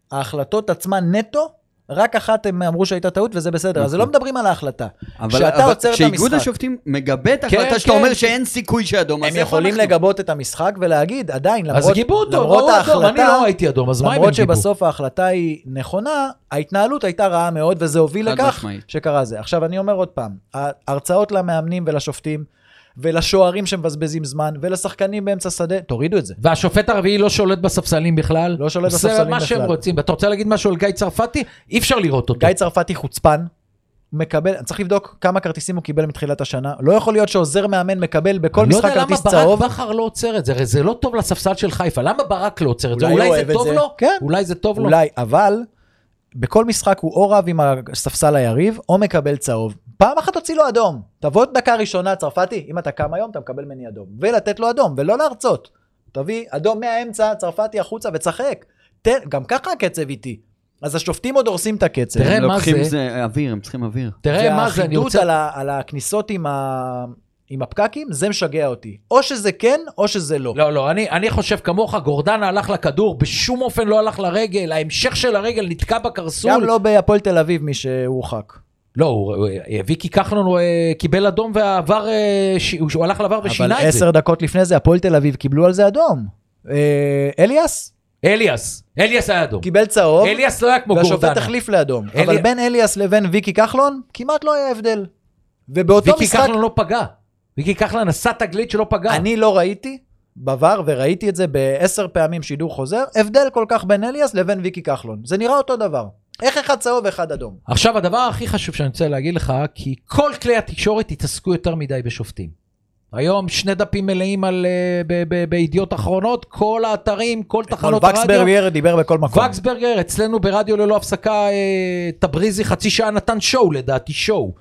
ההחלטות עצמן נטו, רק אחת הם אמרו שהייתה טעות, וזה בסדר. אז לא מדברים על ההחלטה. כשאתה עוצר את המשחק... כשאיגוד השופטים מגבה את ההחלטה שאתה אומר שאין סיכוי שאדום, הם יכולים לגבות את המשחק ולהגיד, עדיין, למרות ההחלטה... אני לא ראיתי אדום, אז מה הם למרות שבסוף ההחלטה היא נכונה, ההתנהלות הייתה רעה מאוד, וזה הוביל לכך שקרה זה. עכשיו, אני אומר עוד פעם, ההרצאות למאמנים ולשופטים, ולשוערים שמבזבזים זמן, ולשחקנים באמצע שדה, תורידו את זה. והשופט הרביעי לא שולט בספסלים בכלל. לא שולט בספסלים בכלל. זה מה שהם רוצים. ואתה רוצה להגיד משהו על גיא צרפתי? אי אפשר לראות אותו. גיא צרפתי חוצפן, מקבל, צריך לבדוק כמה כרטיסים הוא קיבל מתחילת השנה. לא יכול להיות שעוזר מאמן מקבל בכל משחק כרטיס צהוב. לא יודע למה ברק בכר לא עוצר את זה, זה לא טוב לספסל של חיפה. למה ברק לא עוצר את זה? אולי זה טוב לו? כן. אולי זה טוב לו? אולי, אבל בכל משחק הוא או רב עם הספסל היריב, או מקבל צהוב. פעם אחת תוציא לו אדום. תבוא דקה ראשונה, צרפתי, אם אתה קם היום, אתה מקבל מני אדום. ולתת לו אדום, ולא להרצות. תביא אדום מהאמצע, צרפתי החוצה וצחק. גם ככה הקצב איתי. אז השופטים עוד הורסים את הקצב. תראה מה זה. זה אוויר, הם צריכים אוויר. תראה מה זה. והחידות על הכניסות עם הפקקים, זה משגע אותי. או שזה כן, או שזה לא. לא, אני חושב כמוך, גורדנה הלך לכדור, בשום אופן לא הלך לרגל, ההמשך של הרגל נתקע בקרסול. גם לא בהפועל תל אביב מי שהורחק. לא, ויקי כחלון הוא קיבל אדום והעבר, הוא הלך לעבר ושינה את זה. אבל 10 דקות לפני זה, הפועל תל אביב קיבלו על זה אדום. אליאס היה אדום. קיבל צהוב. אליאס לא היה כמו גורדנה. והשופט החליף לאדום. אבל בין אליאס לבין ויקי כחלון, כמעט לא היה הבדל. ובאותו משחק... ויקי כחלון לא פגע. ויקי כחלון עשה תגלית שלא פגע. אני לא ראיתי בעבר, וראיתי את זה ב10 פעמים שידור חוזר, הבדל כל כך בין אליאס לבין ויקי כחלון. זה נראה אותו דבר. איך אחד צהוב ואחד אדום. עכשיו, הדבר הכי חשוב שאני רוצה להגיד לך, כי כל כלי התקשורת התעסקו יותר מדי בשופטים. היום 2 דפים מלאים בידיעות אחרונות, כל האתרים, כל תחנות הרדיו. וקסברגר דיבר בכל מקום. וקסברגר, אצלנו ברדיו ללא הפסקה, תבריזי חצי שעה נתן שואו, לדעתי שואו.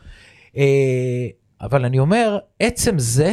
אבל אני אומר, עצם זה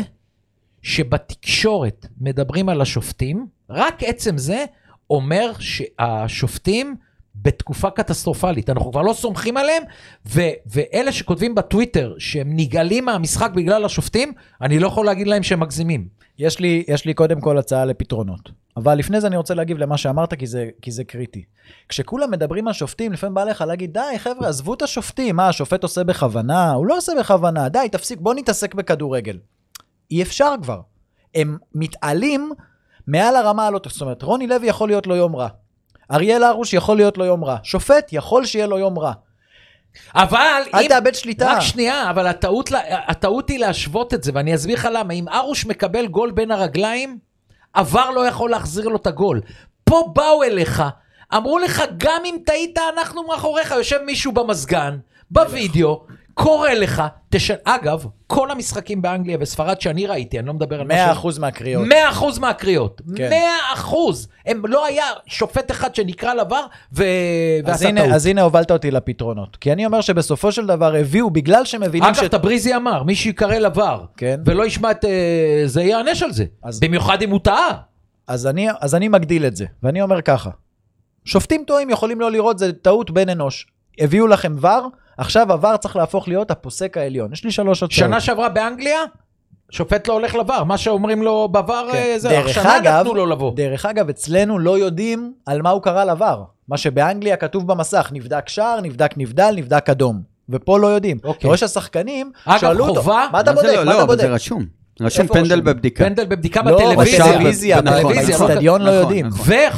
שבתקשורת מדברים על השופטים, רק עצם זה אומר שהשופטים בתקופה קטסטרופלית, אנחנו כבר לא סומכים עליהם, ואלה שכותבים בטוויטר שהם נגעלים מהמשחק בגלל השופטים, אני לא יכול להגיד להם שהם מגזימים. יש לי קודם כל הצעה לפתרונות, אבל לפני זה אני רוצה להגיב למה שאמרת, כי זה קריטי. כשכולם מדברים על שופטים, לפעמים בא לך להגיד, די חבר'ה, עזבו את השופטים, מה השופט עושה בכוונה? הוא לא עושה בכוונה, די, תפסיק, בוא נתעסק בכדורגל. אי אפשר כבר. הם מתעלים מעל הרמה הלא, זאת אומרת, רוני לוי יכול להיות לו יום רע. אריאל הרוש יכול להיות לו יום רע. שופט יכול שיהיה לו יום רע. אבל אל תאבד שליטה. רק שנייה, אבל הטעות היא להשוות את זה, ואני אסביר לך למה. אם הרוש מקבל גול בין הרגליים, עבר לא יכול להחזיר לו את הגול. פה באו אליך, אמרו לך, גם אם טעית, אנחנו מאחוריך, יושב מישהו במזגן, בווידאו, קורא לך, אגב, כל המשחקים באנגליה וספרד שאני ראיתי, אני לא מדבר על 100% מהקריאות. 100% מהקריאות. 100%. הם לא היה שופט אחד שנקרא לעבר ועשה טעות. אז הנה הובלת אותי לפתרונות. כי אני אומר שבסופו של דבר הביאו, בגלל שמבינים אגב, תבריזי אמר, מי שיקרא לעבר, ולא ישמע את זה, יענש על זה. במיוחד אם הוא טעה. אז אני מגדיל את זה, ואני אומר ככה. שופטים טועים יכולים לא לראות, זה טעות בין אנוש. הביאו לכם ור, עכשיו הוואר צריך להפוך להיות הפוסק העליון. יש לי 3 הצעות. שנה שעברה באנגליה, שופט לא הולך לוואר. מה שאומרים לו בוואר, זה השנה נתנו לו לבוא. דרך אגב, אצלנו לא יודעים על מה הוא קרא לוואר. מה שבאנגליה כתוב במסך, נבדק שער, נבדק נבדל, נבדק אדום. ופה לא יודעים. אתה רואה שהשחקנים שאלו אותו, מה אתה בודק? לא, אבל זה רשום. רשום פנדל בבדיקה. פנדל בבדיקה בטלוויזיה. באצטדיון לא יודעים.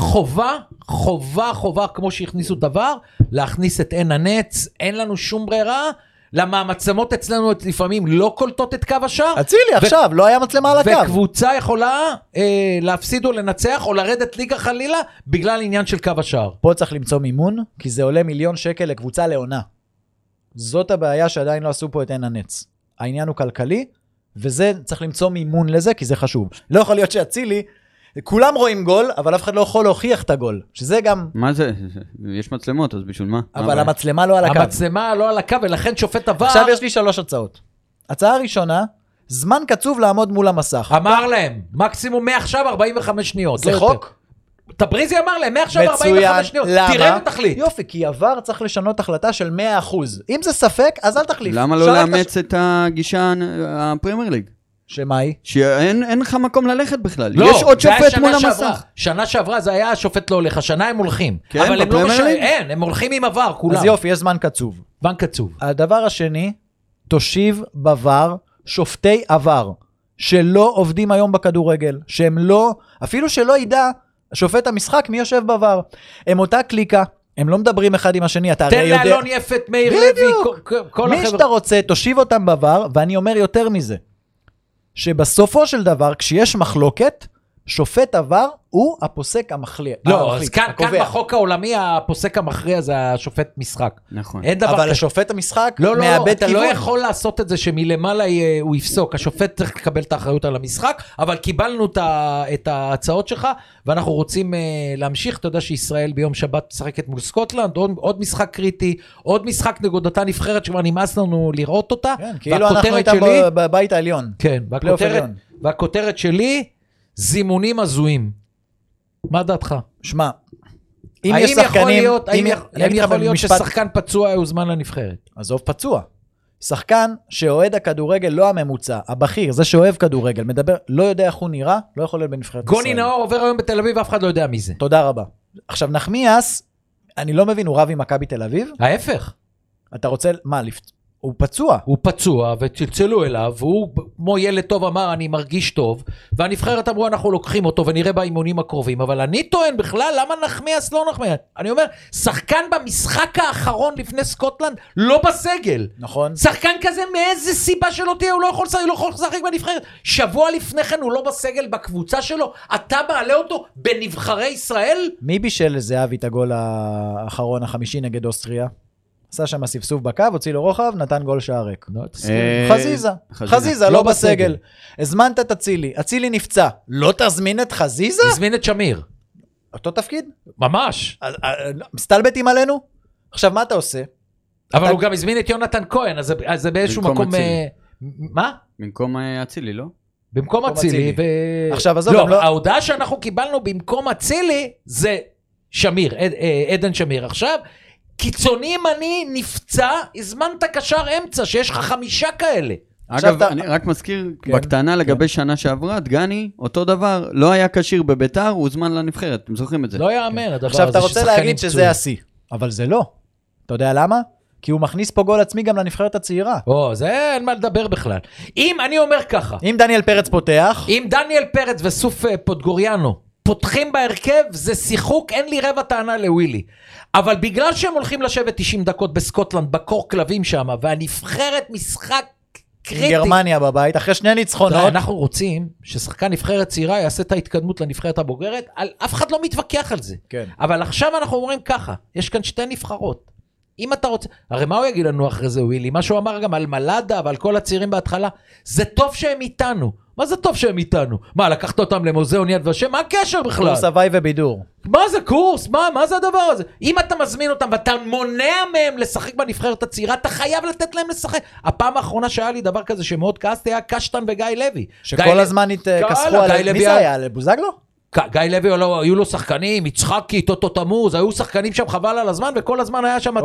וחובה, כמו שהכניסו דבר, להכניס את עין הנץ, אין לנו שום ברירה, למה המצלמות אצלנו לפעמים לא קולטות את קו השער. הצילי עכשיו, לא היה מצלמה על הקו. וקבוצה יכולה להפסיד או לנצח, או לרדת ליגה חלילה, בגלל עניין של קו השער. פה צריך למצוא מימון, כי זה עולה 1,000,000 שקל לקבוצה לעונה. זאת הבעיה שעדיין לא עשו פה את עין הנץ. העניין הוא כלכלי, וזה צריך למצוא מימון לזה, כי זה חשוב. לא יכול להיות שהצילי, כולם רואים גול, אבל אף אחד לא יכול להוכיח את הגול. שזה גם... מה זה? יש מצלמות, אז בשביל מה? אבל המצלמה לא על הקו. המצלמה לא על הקו, ולכן שופט עבר... עכשיו יש לי 3 הצעות. הצעה ראשונה, זמן קצוב לעמוד מול המסך. אמר להם, מקסימום מעכשיו 45 שניות. זה חוק? תבריזי אמר להם, מעכשיו 45 שניות. תראה ותחליט. יופי, כי עבר צריך לשנות החלטה של 100%. אם זה ספק, אז אל תחליף. למה לא לאמץ את הגישה הפרמייר ליג? שמה היא? שאין לך מקום ללכת בכלל. לא, יש עוד שופט מול המסך. שנה שעברה זה היה השופט לא הולך, השנה הם הולכים. כן, אבל הם לא בפרמייר ליג? אין, הם הולכים עם עבר, כולם. אז יופי, יש זמן קצוב. זמן קצוב. הדבר השני, תושיב בבר שופטי עבר, שלא עובדים היום בכדורגל, שהם לא, אפילו שלא ידע שופט המשחק מי יושב בבר. הם אותה קליקה, הם לא מדברים אחד עם השני, אתה הרי יודע... תן לאלון יפת, מאיר לוי, כל מי שאתה רוצה, תושיב אותם בבר, ואני אומר יותר מזה, שבסופו של דבר, כשיש מחלוקת, שופט עבר הוא הפוסק המכריע. לא, אז כאן בחוק העולמי, הפוסק המכריע זה השופט משחק. נכון. אבל השופט המשחק מאבד כיוון. לא, אתה לא כיוון. יכול לעשות את זה שמלמעלה הוא יפסוק. השופט צריך לקבל את האחריות על המשחק, אבל קיבלנו את ההצעות שלך, ואנחנו רוצים להמשיך. אתה יודע שישראל ביום שבת משחקת מול סקוטלנד, עוד משחק קריטי, עוד משחק נגד אותה נבחרת שכבר נמאס לנו לראות אותה. כן, כאילו אנחנו איתם בבית העליון. כן, והכותרת שלי, זימונים הזויים. מה דעתך? שמע, אם יש שחקנים... האם יכול להיות ששחקן פצוע יוזמן לנבחרת? עזוב פצוע. שחקן שאוהד הכדורגל לא הממוצע, הבכיר, זה שאוהב כדורגל, מדבר, לא יודע איך הוא נראה, לא יכול להיות בנבחרת ישראל. גוני נאור עובר היום בתל אביב, אף אחד לא יודע מי זה. תודה רבה. עכשיו נחמיאס, אני לא מבין, הוא רב עם מכבי תל אביב? ההפך. אתה רוצה, מה, הוא פצוע. הוא פצוע, וצלצלו אליו, והוא כמו ילד טוב אמר, אני מרגיש טוב, והנבחרת אמרו, אנחנו לוקחים אותו, ונראה באימונים הקרובים, אבל אני טוען בכלל, למה נחמיאס לא נחמיאס? אני אומר, שחקן במשחק האחרון לפני סקוטלנד, לא בסגל. נכון. שחקן כזה, מאיזה סיבה שלא תהיה, הוא לא יכול לשחק בנבחרת. שבוע לפני כן, הוא לא בסגל בקבוצה שלו, אתה מעלה אותו בנבחרי ישראל? מי בישל לזהבי את הגול האחרון, החמישי נגד אוסטריה? עשה שם ספסוף בקו, הוציא לו רוחב, נתן גול שער ריק. חזיזה, לא בסגל. הזמנת את אצילי, אצילי נפצע. לא תזמין את חזיזה? תזמין את שמיר. אותו תפקיד? ממש. מסתלבטים עלינו? עכשיו, מה אתה עושה? אבל הוא גם הזמין את יונתן כהן, אז זה באיזשהו מקום... מה? במקום אצילי, לא? במקום אצילי. עכשיו, עזוב, לא, ההודעה שאנחנו קיבלנו במקום אצילי, זה שמיר, עדן שמיר. עכשיו... קיצוני ימני נפצע, הזמנת קשר אמצע, שיש לך 5 כאלה. אגב, אני רק מזכיר, בקטנה לגבי שנה שעברה, דגני, אותו דבר, לא היה קשיר בביתר, הוא זמן לנבחרת, אתם זוכרים את זה? לא יאמר, הדבר הזה עכשיו אתה רוצה להגיד שזה השיא, אבל זה לא. אתה יודע למה? כי הוא מכניס פה גול עצמי גם לנבחרת הצעירה. זה אין מה לדבר בכלל. אם אני אומר ככה. אם דניאל פרץ פותח. אם דניאל פרץ וסוף פוטגוריאנו פותחים בהרכב, זה שיחוק, אין לי רבע טענה לווילי. אבל בגלל שהם הולכים לשבת 90 דקות בסקוטלנד, בקור כלבים שם, והנבחרת משחק קריטי. גרמניה בבית, אחרי 2 ניצחונות. אנחנו רוצים ששחקן נבחרת צעירה יעשה את ההתקדמות לנבחרת הבוגרת, אף אחד לא מתווכח על זה. כן. אבל עכשיו אנחנו אומרים ככה, יש כאן 2 נבחרות. אם אתה רוצה, הרי מה הוא יגיד לנו אחרי זה ווילי? מה שהוא אמר גם על מלאדה ועל כל הצעירים בהתחלה, זה טוב שהם איתנו. מה זה טוב שהם איתנו? מה, לקחת אותם למוזיאון יד ושם? מה הקשר בכלל? קורס הוואי ובידור. מה זה קורס? מה זה הדבר הזה? אם אתה מזמין אותם ואתה מונע מהם לשחק בנבחרת הצעירה, אתה חייב לתת להם לשחק. הפעם האחרונה שהיה לי דבר כזה שמאוד כעסתי, היה קשטן וגיא לוי. שכל הזמן התכסחו על... מי זה היה? לבוזגלו? גיא לוי, היו לו שחקנים, יצחקי, טוטו תמוז, היו שחקנים שם חבל על הזמן, וכל הזמן היה שם...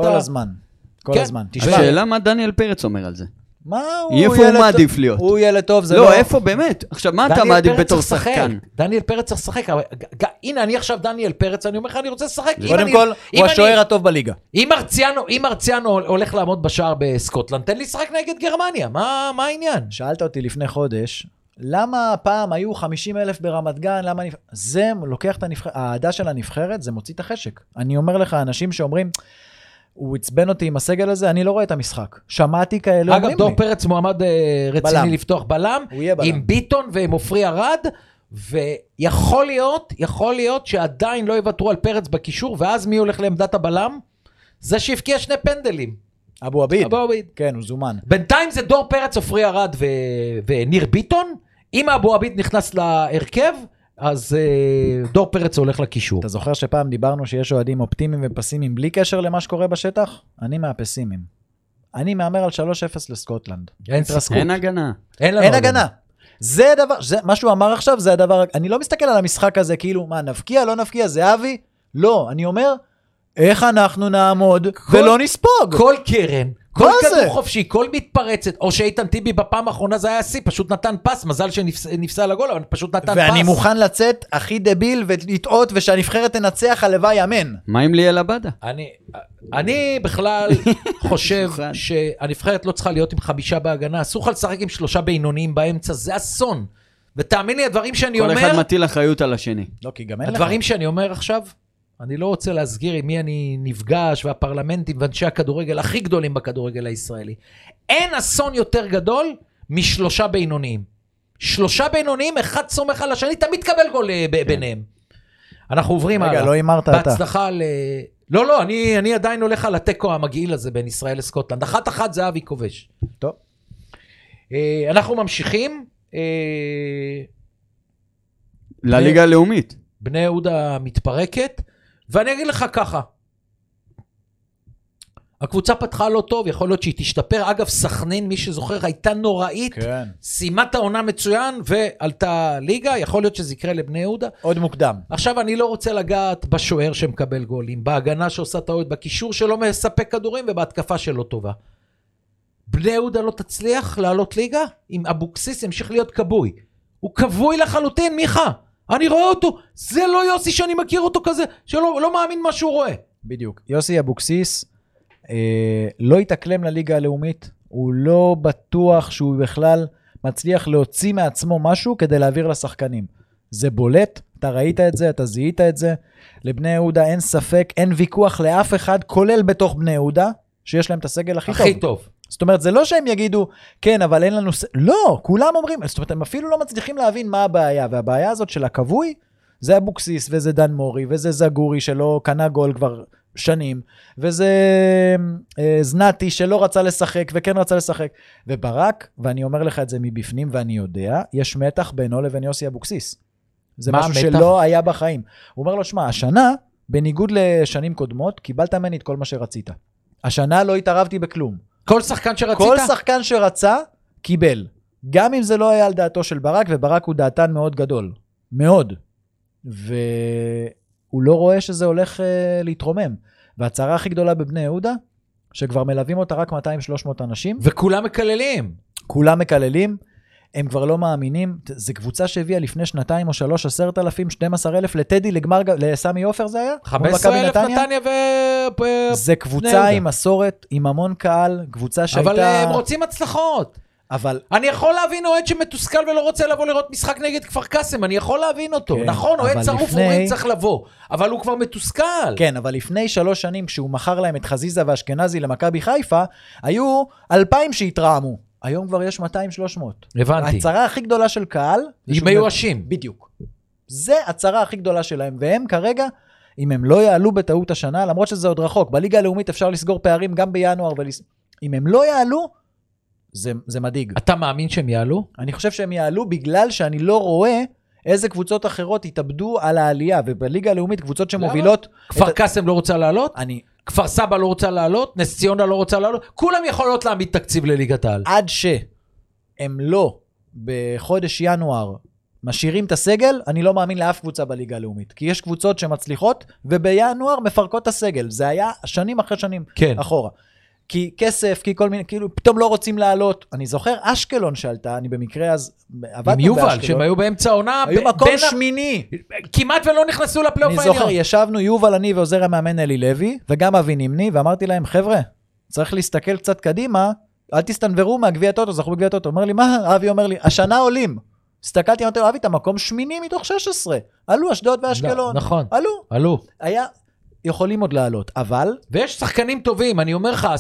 כל הזמן. השאלה מה דניאל פרץ אומר על זה? מה איפה הוא מעדיף להיות? הוא ילד טוב, זה לא... לא, איפה באמת? עכשיו, מה אתה מעדיף בתור שחקן? דניאל פרץ צריך לשחק. הנה, אני עכשיו דניאל פרץ, אני אומר לך, אני רוצה לשחק. קודם כל, הוא השוער הטוב בליגה. אם מרציאנו הולך לעמוד בשער בסקוטלנד, תן לי לשחק נגד גרמניה. מה העניין? שאלת אותי לפני חודש, למה פעם היו 50,000 ברמת גן? למה... זה לוקח את הנבחרת, העדה של הנבחרת, זה מוציא את החשק. אני אומר לך, אנשים שאומרים... הוא הצבן אותי עם הסגל הזה, אני לא רואה את המשחק. שמעתי כאלה אומרים לי. אגב, דור פרץ מועמד רציני לפתוח בלם, עם ביטון ועם עופרי ארד, ויכול להיות שעדיין לא יוותרו על פרץ בקישור, ואז מי הולך לעמדת הבלם? זה שהפקיע 2 פנדלים. אבו עביד. כן, הוא זומן. בינתיים זה דור פרץ, עופרי ארד וניר ביטון. אם אבו עביד נכנס להרכב, אז דור פרץ הולך לקישור. אתה זוכר שפעם דיברנו שיש אוהדים אופטימיים ופסימיים בלי קשר למה שקורה בשטח? אני מהפסימיים. אני מאמר על 3-0 לסקוטלנד. אין הגנה. אין הגנה. זה הדבר, מה שהוא אמר עכשיו זה הדבר, אני לא מסתכל על המשחק הזה כאילו, מה, נפקיע, לא נפקיע, זה אבי? לא, אני אומר, איך אנחנו נעמוד ולא נספוג? כל קרן, כל כדור חופשי, כל מתפרצת, או שאיתן טיבי בפעם האחרונה זה היה השיא, פשוט נתן פס, מזל שנפסל לגול, אבל פשוט נתן פס. ואני מוכן לצאת הכי דביל ולטעות, ושהנבחרת תנצח, הלוואי אמן. מה עם ליאל עבדה? אני בכלל חושב שהנבחרת לא צריכה להיות עם 5 בהגנה, אסור לך לשחק עם 3 בינוניים באמצע, זה אסון. ותאמין לי, הדברים שאני אומר... כל אחד מטיל אחריות על השני. לא, כי גם אין לך. הדברים שאני אומר עכשיו, אני לא רוצה להסגיר עם מי אני נפגש, והפרלמנטים ואנשי הכדורגל הכי גדולים בכדורגל הישראלי. אין אסון יותר גדול מ3 בינוניים. 3 בינוניים, אחד סומך על השני, תמיד קבל גול ביניהם. אנחנו עוברים הלאה. רגע, לא אמרת אתה. בהצלחה לא, אני עדיין הולך על הטקו המגעיל הזה בין ישראל לסקוטלנד. 1-1 זה אבי כובש. טוב. אנחנו ממשיכים. לליגה הלאומית. בני יהודה מתפרקת, ואני אגיד לך ככה, הקבוצה פתחה לא טוב, יכול להיות שהיא תשתפר, אגב סכנין, מי שזוכר, הייתה נוראית, כן. סיימת העונה מצוין, ועלתה ליגה, יכול להיות שזה יקרה לבני יהודה. עוד מוקדם. עכשיו אני לא רוצה לגעת בשוער שמקבל גולים, בהגנה שעושה טעות, בקישור שלא מספק כדורים, ובהתקפה שלא טובה. בני יהודה לא תצליח לעלות ליגה, אם אבוקסיס ימשיך להיות קבוי. הוא קבוי לחלוטין, מיכה. אני רואה אותו, זה לא יוסי שאני מכיר אותו כזה, שלא מאמין מה שהוא רואה. בדיוק. יוסי אבוקסיס לא יתאקלם לליגה הלאומית, הוא לא בטוח שהוא בכלל מצליח להוציא מעצמו משהו כדי להעביר לשחקנים. זה בולט, אתה ראית את זה, אתה זיהית את זה. לבני יהודה אין ספק, אין ויכוח לאף אחד, כולל בתוך בני יהודה, שיש להם את הסגל הכי טוב. זאת אומרת, זה לא שהם יגידו, כן, אבל אין לנו... לא, כולם אומרים, זאת אומרת, הם אפילו לא מצליחים להבין מה הבעיה, והבעיה הזאת של הקבוי, זה אבוקסיס, וזה דן מורי, וזה זגורי שלא קנה גול כבר שנים, וזה זנתי שלא רצה לשחק, וכן רצה לשחק. וברק, ואני אומר לך את זה מבפנים, ואני יודע, יש מתח בינו לבין יוסי אבוקסיס. זה משהו שלא היה בחיים. הוא אומר לו, שמה, השנה, בניגוד לשנים קודמות, קיבלת ממני את כל מה שרצית. השנה לא התערבתי בכלום. כל שחקן שרצית? כל שחקן שרצה, קיבל. גם אם זה לא היה על דעתו של ברק, וברק הוא דעתן מאוד גדול. מאוד. והוא לא רואה שזה הולך להתרומם. והצערה הכי גדולה בבני יהודה, שכבר מלווים אותה רק 200-300 אנשים. וכולם מקללים. כולם מקללים. הם כבר לא מאמינים. זו קבוצה שהביאה לפני 2 או 3, 10,000, 12,000 לטדי, לסמי אופר זה היה? 15,000 נתניה זה קבוצה עם מסורת, עם המון קהל, קבוצה שהייתה... אבל הם רוצים הצלחות. אבל... אני יכול להבין אוהד שמתוסכל ולא רוצה לבוא לראות משחק נגד כפר קאסם, אני יכול להבין אותו. כן, נכון, אוהד צרוף אומרים צריך לבוא, אבל הוא כבר מתוסכל. כן, אבל לפני 3 שנים, כשהוא מכר להם את חזיזה ואשכנזי למכבי חיפה, היו 2,000 שהתרעמו. היום כבר יש 200-300. הבנתי. הצרה הכי גדולה של קהל... היא מיואשים. בדיוק. זה הצרה הכי גדולה שלהם, והם כרגע, אם הם לא יעלו בטעות השנה, למרות שזה עוד רחוק, בליגה הלאומית אפשר לסגור פערים גם בינואר, אם הם לא יעלו, זה מדאיג. אתה מאמין שהם יעלו? אני חושב שהם יעלו בגלל שאני לא רואה איזה קבוצות אחרות יתאבדו על העלייה, ובליגה הלאומית קבוצות שמובילות... כפר קאסם לא רוצה לעלות? כפר סבא לא רוצה לעלות? נס ציונה לא רוצה לעלות? כולם יכולות להעמיד תקציב לליגת העל. עד שהם לא בחודש ינואר משאירים את הסגל, אני לא מאמין לאף קבוצה בליגה הלאומית. כי יש קבוצות שמצליחות, ובינואר מפרקות את הסגל. זה היה שנים אחרי שנים אחורה. כי כסף, כי כל מיני, כאילו, פתאום לא רוצים לעלות. אני זוכר, אשקלון שעלתה, אני במקרה אז עבדנו באשקלון. עם יובל, שהם היו באמצע העונה. היו מקום שמיני. כמעט ולא נכנסו לפלייאוף העליון. אני זוכר, ישבנו יובל, אני ועוזר המאמן אלי לוי, וגם אבי נימני, ואמרתי להם, חבר'ה, צריך להסתכל קצת קדימה, אל תסתנברו מהגביע הטוטו, זכו בגביע הטוטו. אומר לי, מה? אבי אומר לי, השנה עולים. הסתכלתי, אמרתי לו, אבי, אתה מקום שמיני מתוך 16. עלו אשדוד ואשקלון. נכון. עלו. היה יכולים עוד לעלות, אבל... ויש שחקנים טובים, אני אומר לך,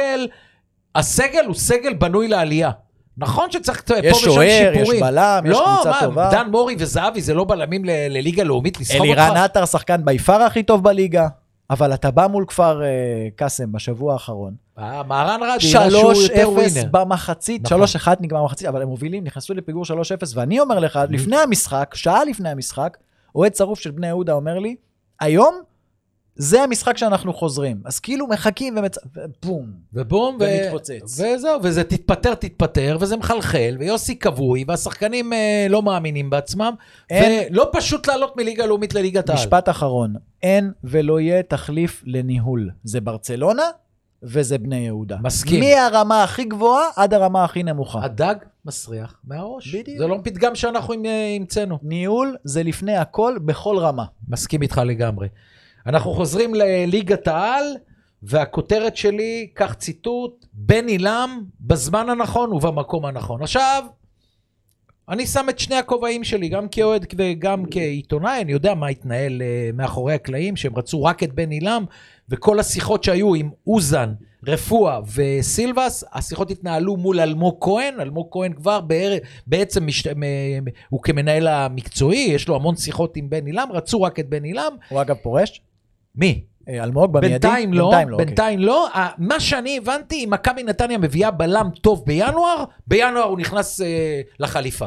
הסגל הוא סגל בנוי לעלייה. נכון שצריך פה ושם שיפורים. יש שוער, יש בלם, יש קבוצה טובה. דן מורי וזהבי זה לא בלמים לליגה לאומית, לסחוב אותך. אלירן עטר שחקן ביפר הכי טוב בליגה, אבל אתה בא מול כפר קאסם בשבוע האחרון. מהרן רדי, 3-0 במחצית, 3-1 נגמר במחצית, אבל הם מובילים, נכנסו לפיגור 3-0, ואני אומר לך, לפני המשחק, שעה לפני המשחק, אוהד צרוף של בני יהודה אומר לי, היום זה המשחק שאנחנו חוזרים. אז כאילו מחכים ובום, ומתפוצץ. וזהו, וזה תתפטר, וזה מחלחל, ויוסי קבוי, והשחקנים לא מאמינים בעצמם, ולא פשוט לעלות מליגה לאומית לליגת העל. משפט אחרון, אין ולא יהיה תחליף לניהול. זה ברצלונה, וזה בני יהודה. מסכים. מהרמה הכי גבוהה עד הרמה הכי נמוכה. הדג מסריח מהראש. בדיוק. זה לא פתגם שאנחנו המצאנו. ניהול זה לפני הכל בכל רמה. מסכים איתך לגמרי. אנחנו חוזרים לליגת העל, והכותרת שלי, כך ציטוט, בן אילם בזמן הנכון ובמקום הנכון. עכשיו, אני שם את שני הכובעים שלי, גם כאוהד וגם כעיתונאי, אני יודע מה התנהל מאחורי הקלעים, שהם רצו רק את בן אילם, וכל השיחות שהיו עם אוזן, רפואה וסילבס, השיחות התנהלו מול אלמוג כהן, אלמוג כהן כבר בעצם הוא כמנהל המקצועי, יש לו המון שיחות עם בן אילם, רצו רק את בן אילם. הוא אגב פורש? מי? אלמוג במיידי? בינתיים לא. מה שאני הבנתי, אם מכבי נתניה מביאה בלם טוב בינואר הוא נכנס לחליפה.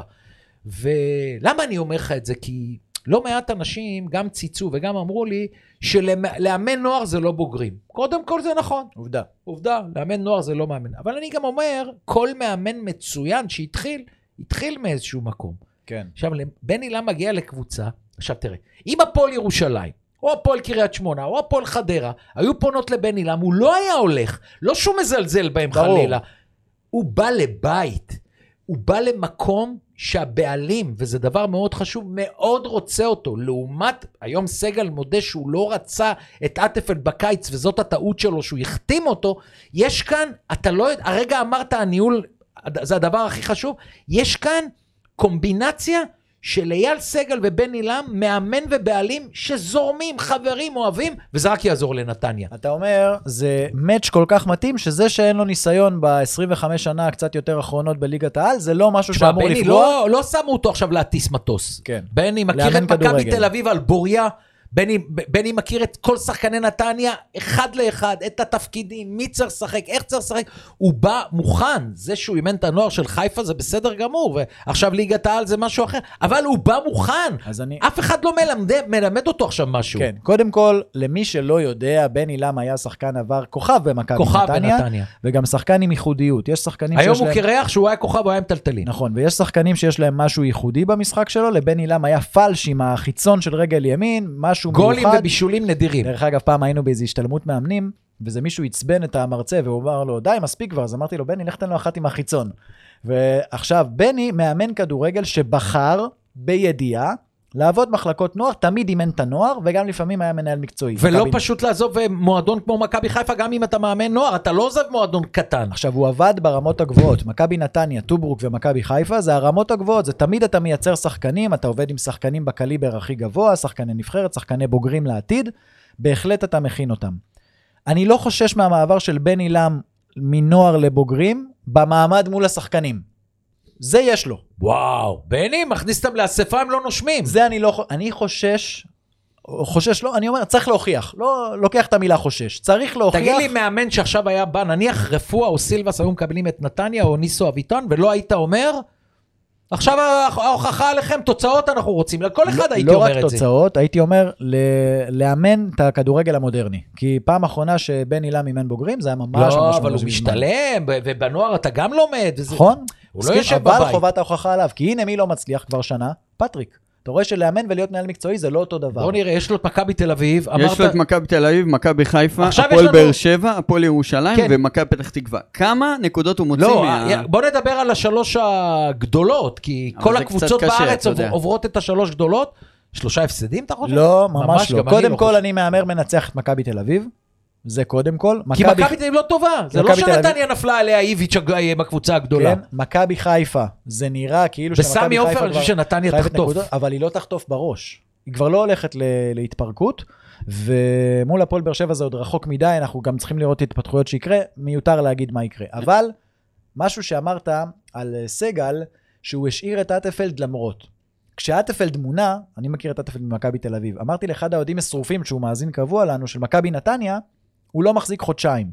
ולמה אני אומר לך את זה? כי לא מעט אנשים גם ציצו וגם אמרו לי שלאמן נוער זה לא בוגרים. קודם כל זה נכון. עובדה, לאמן נוער זה לא מאמן. אבל אני גם אומר, כל מאמן מצוין שהתחיל מאיזשהו מקום. כן. עכשיו, בן אילם מגיע לקבוצה, עכשיו תראה, אם הפועל ירושלים, או הפועל קריית שמונה, או הפועל חדרה, היו פונות לבן אילם, הוא לא היה הולך, לא שום מזלזל בהם חלילה. הוא בא לבית, הוא בא למקום שהבעלים, וזה דבר מאוד חשוב, מאוד רוצה אותו. לעומת, היום סגל מודה שהוא לא רצה את אטפלד בקיץ, וזאת הטעות שלו, שהוא יחתים אותו. יש כאן, אתה לא יודע, הרגע אמרת הניהול, זה הדבר הכי חשוב, יש כאן קומבינציה של אייל סגל ובן אילם, מאמן ובעלים שזורמים, חברים, אוהבים, וזה רק יעזור לנתניה. אתה אומר, זה מאץ' כל כך מתאים, שזה שאין לו ניסיון ב-25 שנה קצת יותר אחרונות בליגת העל, זה לא משהו שאמור לפגוע. לא שמו אותו עכשיו להטיס מטוס. כן. בני מכיר את מכבי תל אביב על בוריה, בני מכיר את כל שחקני נתניה, אחד לאחד, את התפקידים, מי צריך לשחק, איך צריך לשחק, הוא בא מוכן, זה שהוא אימן את הנוער של חיפה זה בסדר גמור, ועכשיו ליגת העל זה משהו אחר, אבל הוא בא מוכן, אף אחד לא מלמד אותו עכשיו משהו. כן, קודם כל, למי שלא יודע, בן אילם היה שחקן עבר כוכב במכבי נתניה, וגם שחקן עם ייחודיות, יש שחקנים היום הוא קרח שהוא היה כוכב, הוא היה מטלטלי. נכון, ויש שחקנים שיש להם משהו ייחודי במשחק שלו, לבן אילם היה פלש עם החיצון של רגל ימין, משהו גולים ובישולים נדירים. דרך אגב, פעם היינו באיזו השתלמות מאמנים, וזה מישהו הצבן את המרצה, והוא אמר לו, די, מספיק כבר. אז אמרתי לו, בני, לך תן לו אחת עם החיצון. ועכשיו, בני מאמן כדורגל שבחר בידיעה, לעבוד מחלקות נוער, תמיד אימן את הנוער, וגם לפעמים היה מנהל מקצועי. ולא פשוט לעזוב מועדון כמו מכבי חיפה, גם אם אתה מאמן נוער, אתה לא עוזב מועדון קטן. עכשיו, הוא עבד ברמות הגבוהות, מכבי נתניה, טוברוק ומכבי חיפה, זה הרמות הגבוהות, זה תמיד אתה מייצר שחקנים, אתה עובד עם שחקנים בקליבר הכי גבוה, שחקני נבחרת, שחקני בוגרים לעתיד, בהחלט אתה מכין אותם. אני לא חושש מהמעבר של בן אילם מנוער לבוגרים, במעמד מול השחקנים. זה יש לו. וואו, בני, מכניס אותם לאספה, הם לא נושמים. זה אני חושש לא, אני אומר, צריך להוכיח. לא לוקח את המילה חושש. צריך להוכיח. תגיד לי, מאמן שעכשיו היה בא, נניח רפואה או סילבס היו מקבלים את נתניה או ניסו אביטון, ולא היית אומר, עכשיו ההוכחה עליכם, תוצאות אנחנו רוצים. לכל אחד הייתי אומר את זה. לא רק תוצאות, הייתי אומר, לאמן את הכדורגל המודרני. כי פעם אחרונה שבן אילם אימן בוגרים, זה היה ממש... לא, אבל הוא משתלם, ובנוער אתה גם לומד. נכון. הוא לא יושב בבית. אבל חובת ההוכחה עליו, כי הנה מי לא מצליח כבר שנה? פטריק. אתה רואה שלאמן ולהיות מנהל מקצועי זה לא אותו דבר. בוא נראה, יש לו את מכבי תל אביב. יש לו את מכבי תל אביב, מכבי חיפה, הפועל באר שבע, הפועל ירושלים ומכבי פתח תקווה. כמה נקודות הוא מוציא מה... בוא נדבר על השלוש הגדולות, כי כל הקבוצות בארץ עוברות את השלוש גדולות. 3 הפסדים, אתה חושב? לא, ממש לא. קודם כל אני מאמר מנצח את מכבי תל אביב. זה קודם כל. כי מכבי תל אביב לא טובה. זה לא שנתניה נפלה עליה איביץ' בקבוצה הגדולה. כן, מכבי חיפה. זה נראה כאילו בסמי עופר אני חושב שנתניה תחטוף. אבל היא לא תחטוף בראש. היא כבר לא הולכת להתפרקות, ומול הפועל באר שבע זה עוד רחוק מדי, אנחנו גם צריכים לראות התפתחויות שיקרה, מיותר להגיד מה יקרה. אבל משהו שאמרת על סגל, שהוא השאיר את אטפלד למרות. כשאטפלד מונה, אני מכיר את אטפלד ממכבי תל אביב, אמרתי לאחד האוהדים השרופים שהוא מאזין קבוע לנו של מכבי נתניה, הוא לא מחזיק חודשיים.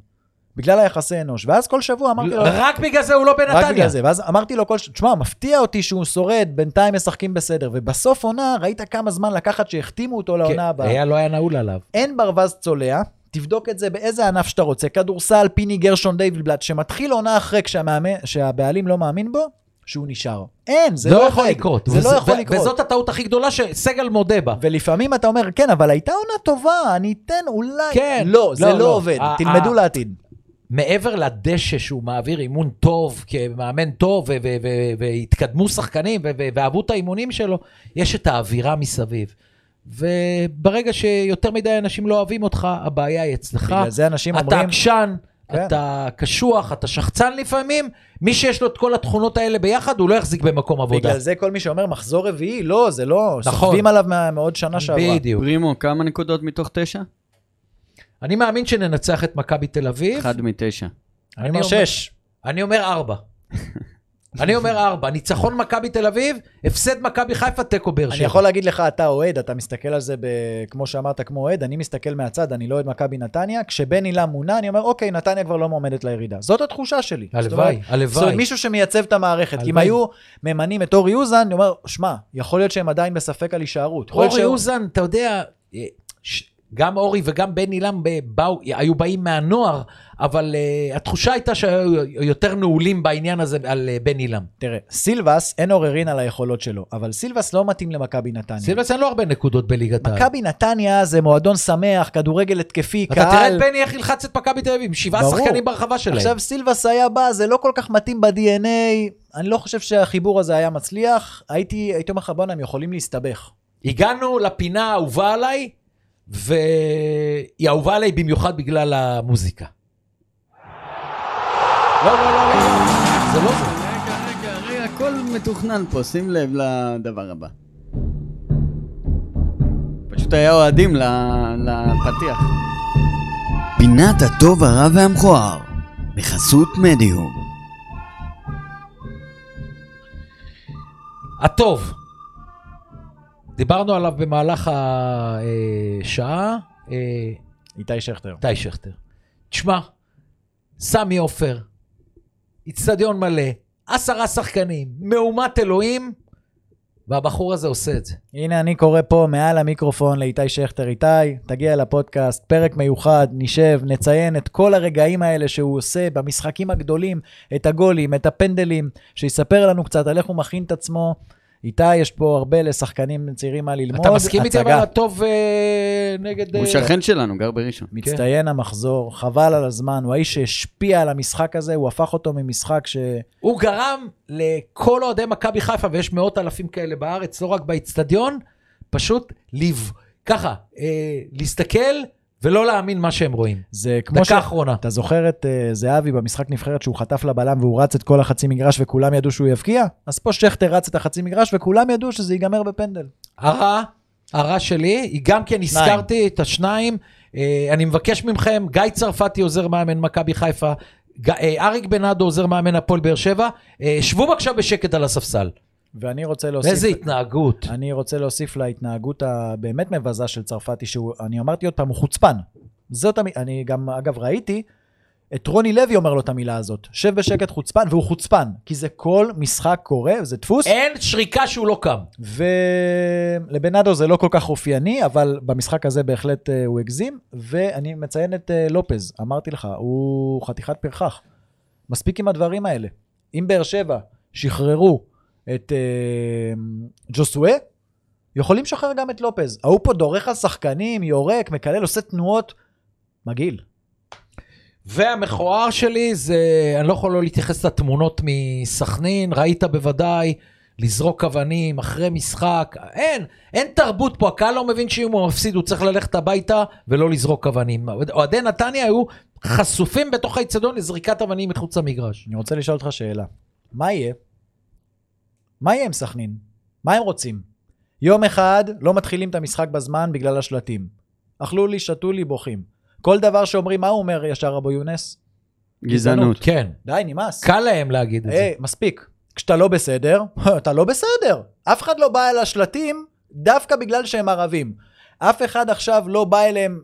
בגלל היחסי אנוש. ואז כל שבוע אמרתי לו... רק בגלל זה הוא לא בנתניה. רק בגלל זה. ואז אמרתי לו תשמע, מפתיע אותי שהוא שורד, בינתיים משחקים בסדר. ובסוף עונה, ראית כמה זמן לקחת שהחתימו אותו לעונה הבאה. לא היה נעול עליו. אין ברווז צולע, תבדוק את זה באיזה ענף שאתה רוצה. כדורסל, פיני גרשון דיווידבלט, שמתחיל עונה אחרי שהבעלים לא מאמין בו, שהוא נשאר. אין, זה לא יכול לקרות. זה לא יכול לקרות. וזאת הטעות הכי גדולה שסגל מודה בה. ולפעמים אתה אומר, כן, אבל הייתה עונה טובה, אני אתן אולי... כן. לא, זה לא עובד. תלמדו לעתיד. מעבר לדשא שהוא מעביר אימון טוב, כמאמן טוב, והתקדמו שחקנים, ואהבו את האימונים שלו, יש את האווירה מסביב. וברגע שיותר מדי אנשים לא אוהבים אותך, הבעיה היא אצלך. בגלל זה אנשים אומרים... אתה עקשן, אתה קשוח, אתה שחצן לפעמים, מי שיש לו את כל התכונות האלה ביחד, הוא לא יחזיק במקום עבודה. בגלל זה כל מי שאומר מחזור רביעי, לא, זה לא, סוחבים עליו מעוד שנה שעברה. בדיוק. פרימו, כמה נקודות מתוך 9? אני מאמין שננצח את מכבי תל אביב. 1 מ-9. אני אומר 6. אני אומר 4. אני אומר 4, ניצחון מכבי תל אביב, הפסד מכבי חיפה, תיקו באר שבע. אני יכול להגיד לך, אתה אוהד, אתה מסתכל על זה כמו שאמרת, כמו אוהד, אני מסתכל מהצד, אני לא אוהד מכבי נתניה, כשבן אילם מונה, אני אומר, אוקיי, נתניה כבר לא מועמדת לירידה. זאת התחושה שלי. הלוואי, הלוואי. זאת אומרת, מישהו שמייצב את המערכת, כי אם היו ממנים את אורי אוזן, אני אומר, שמע, יכול להיות שהם עדיין בספק על הישארות. אורי אוזן, אתה יודע, גם אורי וגם בן אילם היו באים מהנוער, אבל התחושה הייתה שהיו יותר נעולים בעניין הזה על בן אילם. תראה, סילבס אין עוררין על היכולות שלו, אבל סילבס לא מתאים למכבי נתניה. סילבס אין לו הרבה נקודות בליגת העל. מכבי נתניה זה מועדון שמח, כדורגל התקפי, קהל. אתה תראה את בני איך ילחץ את מכבי תל אביב, 7 שחקנים ברחבה שלהם. עכשיו סילבס היה בא, זה לא כל כך מתאים ב-DNA, אני לא חושב שהחיבור הזה היה מצליח, הייתי אומר לך, בונה, הם יכולים להסתבך. הגענו לפינה האהובה עליי, והיא אהובה עליי במיוחד בגלל המוזיקה. לא, זה לא זה. רגע, הכל מתוכנן פה, שים לב לדבר הבא. פשוט היה אוהדים לפתיח. פינת הטוב, הרע והמכוער, בחסות מדיום. הטוב. דיברנו עליו במהלך השעה. איתי שכטר. איתי שכטר. תשמע, סמי עופר, אצטדיון מלא, 10 שחקנים, מהומת אלוהים, והבחור הזה עושה את זה. הנה אני קורא פה מעל המיקרופון לאיתי שכטר. איתי, תגיע לפודקאסט, פרק מיוחד, נשב, נציין את כל הרגעים האלה שהוא עושה במשחקים הגדולים, את הגולים, את הפנדלים, שיספר לנו קצת על איך הוא מכין את עצמו. איתי, יש פה הרבה לשחקנים צעירים מה ללמוד. אתה מסכים איתי אבל הטוב נגד... הוא שכן שלנו, גר בראשון. מצטיין המחזור, חבל על הזמן, הוא האיש שהשפיע על המשחק הזה, הוא הפך אותו ממשחק הוא גרם לכל אוהדי מכבי חיפה, ויש 100,000 כאלה בארץ, לא רק באצטדיון, פשוט ככה, להסתכל ולא להאמין מה שהם רואים. זה כמו דקה אחרונה. אתה זוכר את זהבי במשחק נבחרת שהוא חטף לבלם והוא רץ את כל החצי מגרש וכולם ידעו שהוא יבקיע? אז פה שכטר רץ את החצי מגרש וכולם ידעו שזה ייגמר בפנדל. הרע שלי, היא גם כן הזכרתי את השניים, אני מבקש מכם, גיא צרפתי עוזר מאמן מכבי חיפה, אריק בנאדו עוזר מאמן הפועל באר שבע, שבו בבקשה בשקט על הספסל. ואני רוצה להוסיף... איזה התנהגות. אני רוצה להוסיף להתנהגות הבאמת מבזה של צרפתי, אני אמרתי עוד פעם, הוא חוצפן. אני גם, אגב, ראיתי את רוני לוי אומר לו את המילה הזאת, שב בשקט חוצפן, והוא חוצפן, כי זה כל משחק קורה, זה דפוס. אין שריקה שהוא לא קם. ולבנאדו זה לא כל כך אופייני, אבל במשחק הזה בהחלט הוא הגזים, ואני מציין את לופז, אמרתי לך, הוא חתיכת פרחח. מספיק עם הדברים האלה. אם באר שבע שחררו את ג'וסואה, יכולים לשחרר גם את לופז. הוא פה דורך על שחקנים, יורק, מקלל, עושה תנועות, מגעיל. והמכוער שלי זה, אני לא יכול לא להתייחס לתמונות מסכנין, ראית בוודאי לזרוק אבנים אחרי משחק, אין תרבות פה, הקהל לא מבין שאם הוא מפסיד הוא צריך ללכת הביתה ולא לזרוק אבנים. אוהדי נתניה היו חשופים בתוך האצטדיון לזריקת אבנים מחוץ למגרש. אני רוצה לשאול אותך שאלה, מה יהיה? מה יהיה עם סכנין? מה הם רוצים? יום אחד לא מתחילים את המשחק בזמן בגלל השלטים. אכלו לי, שתו לי, בוכים. כל דבר שאומרים, מה הוא אומר ישר אבו יונס? גזענות. כן. די, נמאס. קל להם להגיד את זה. מספיק. כשאתה לא בסדר, אתה לא בסדר. אף אחד לא בא אל השלטים דווקא בגלל שהם ערבים. אף אחד עכשיו לא בא אליהם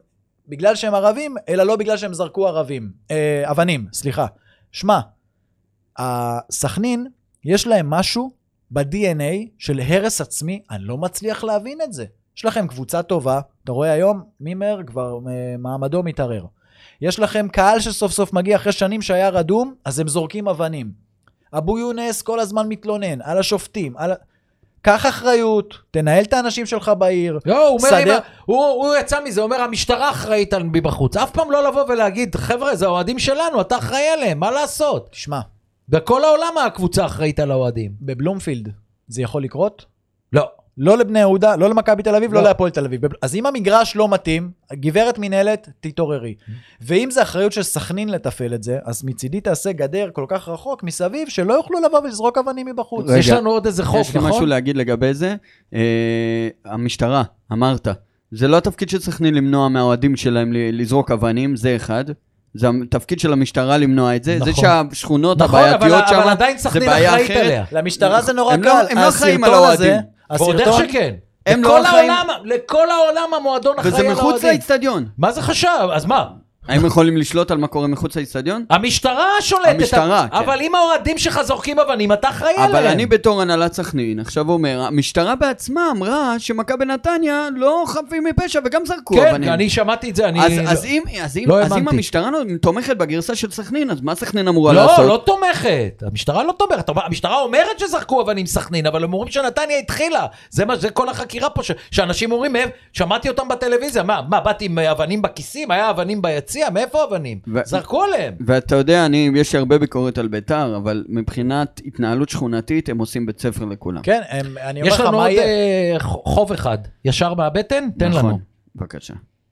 בגלל שהם ערבים, אלא לא בגלל שהם זרקו אבנים, סליחה. שמע, הסכנין, יש להם משהו ב-DNA של הרס עצמי, אני לא מצליח להבין את זה. יש לכם קבוצה טובה, אתה רואה היום, מימר כבר מעמדו מתערער. יש לכם קהל שסוף סוף מגיע אחרי שנים שהיה רדום, אז הם זורקים אבנים. אבו יונס כל הזמן מתלונן על השופטים, קח אחריות, תנהל את האנשים שלך בעיר. לא, הוא יצא מזה, הוא אומר, המשטרה אחראית על מי בחוץ. אף פעם לא לבוא ולהגיד, חבר'ה, זה האוהדים שלנו, אתה אחראי עליהם, מה לעשות? תשמע. בכל העולם הקבוצה אחראית על האוהדים. בבלומפילד, זה יכול לקרות? לא. לא לבני יהודה, לא למכבי תל אביב, לא להפועל תל אביב. אז אם המגרש לא מתאים, גברת מנהלת, תתעוררי. ואם זה אחריות של סכנין לתפעל את זה, אז מצידי תעשה גדר כל כך רחוק מסביב, שלא יוכלו לבוא ולזרוק אבנים מבחוץ. יש לנו עוד איזה חוק, נכון? יש לי משהו להגיד לגבי זה. המשטרה, אמרת, זה לא התפקיד של סכנין למנוע מהאוהדים שלהם לזרוק אבנים, זה אחד. זה התפקיד של המשטרה למנוע את זה. זה שהשכונות הבעייתיות שם, זה בעיה אחרת. למשטרה זה נורא קל. הם לא חיים על האוהדים. ועוד איך שכן. לכל העולם המועדון אחראי על האוהדים. וזה מחוץ לאצטדיון. מה זה חשב? אז מה? האם יכולים לשלוט על מה קורה מחוץ לאצטדיון? המשטרה שולטת. המשטרה, כן. אבל אם האוהדים שלך זורקים אבנים, אתה אחראי עליהם. אבל אני בתור הנהלת סכנין, עכשיו אומר, המשטרה בעצמה אמרה שמכבי נתניה לא חפים מפשע וגם זרקו אבנים. כן, אני שמעתי את זה, אז אם המשטרה תומכת בגרסה של סכנין, אז מה סכנין אמורה לעשות? לא תומכת. המשטרה לא תומכת. המשטרה אומרת שזרקו אבנים סכנין, אבל הם אומרים שנתניה התחילה. זה כל החקירה פה, שאנשים אומרים, שמעתי אותם בטלוויזיה, מה, באתי עם אבנים בכיסים, היה אבנים ביציע, מאיפה אבנים? זרקו עליהם. ואתה יודע, יש לי הרבה ביקורת על ביתר, אבל מבחינת התנהלות שכונתית, הם עושים בית ספר לכולם. כן, אני אומר לך מה יהיה. יש לנו עוד חוב אחד, ישר מהבטן, תן לנו. נכון, בבקשה.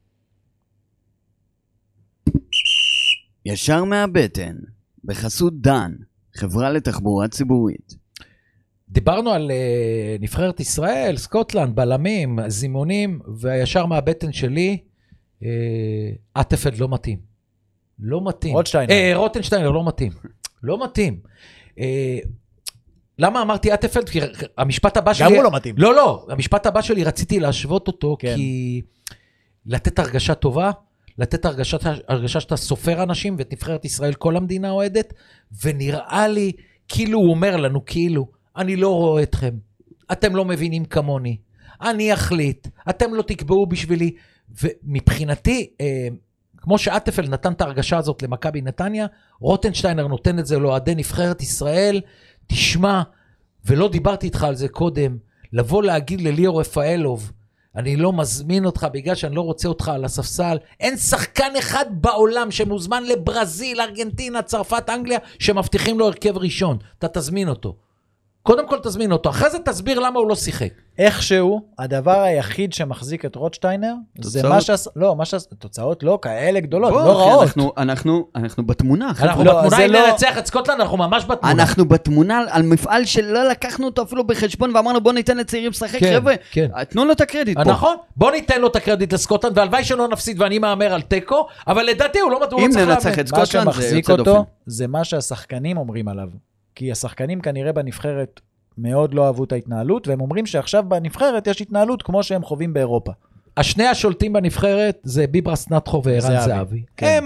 ישר מהבטן, בחסות דן, חברה לתחבורה ציבורית. דיברנו על נבחרת ישראל, סקוטלנד, בלמים, זימונים, והישר מהבטן שלי, אטפלד לא מתאים. לא מתאים. רוטנשטיינר לא מתאים. לא מתאים. למה אמרתי אטפלד? כי המשפט הבא שלי... גם הוא לא מתאים. לא. המשפט הבא שלי רציתי להשוות אותו, כי לתת הרגשה טובה, לתת הרגשה שאתה סופר אנשים, ואת נבחרת ישראל כל המדינה אוהדת, ונראה לי, כאילו הוא אומר לנו, כאילו, אני לא רואה אתכם. אתם לא מבינים כמוני. אני אחליט. אתם לא תקבעו בשבילי. ומבחינתי, כמו שאטפלד נתן את ההרגשה הזאת למכבי נתניה, רוטנשטיינר נותן את זה לאוהדי נבחרת ישראל, תשמע, ולא דיברתי איתך על זה קודם, לבוא להגיד לליאור רפאלוב, אני לא מזמין אותך בגלל שאני לא רוצה אותך על הספסל, אין שחקן אחד בעולם שמוזמן לברזיל, ארגנטינה, צרפת, אנגליה, שמבטיחים לו הרכב ראשון, אתה תזמין אותו. קודם כל תזמין אותו, אחרי זה תסביר למה הוא לא שיחק. איכשהו, הדבר היחיד שמחזיק את רוטשטיינר, זה מה תוצאות לא כאלה גדולות, לא רעות. אנחנו בתמונה. אנחנו בתמונה, אם ננצח את סקוטלנד, אנחנו ממש בתמונה. אנחנו בתמונה על מפעל שלא לקחנו אותו אפילו בחשבון, ואמרנו בוא ניתן לצעירים לשחק, חבר'ה, תנו לו את הקרדיט פה. נכון, בוא ניתן לו את הקרדיט לסקוטלנד, והלוואי שלא נפסיד ואני מאמר על טקו, אבל לדעתי הוא לא צריך להאמר. זה מה שהשחקנים אומרים עליו. כי השחקנים כנראה בנבחרת מאוד לא אהבו את ההתנהלות, והם אומרים שעכשיו בנבחרת יש התנהלות כמו שהם חווים באירופה. השני השולטים בנבחרת זה ביברס נטחו וערן זהבי. הם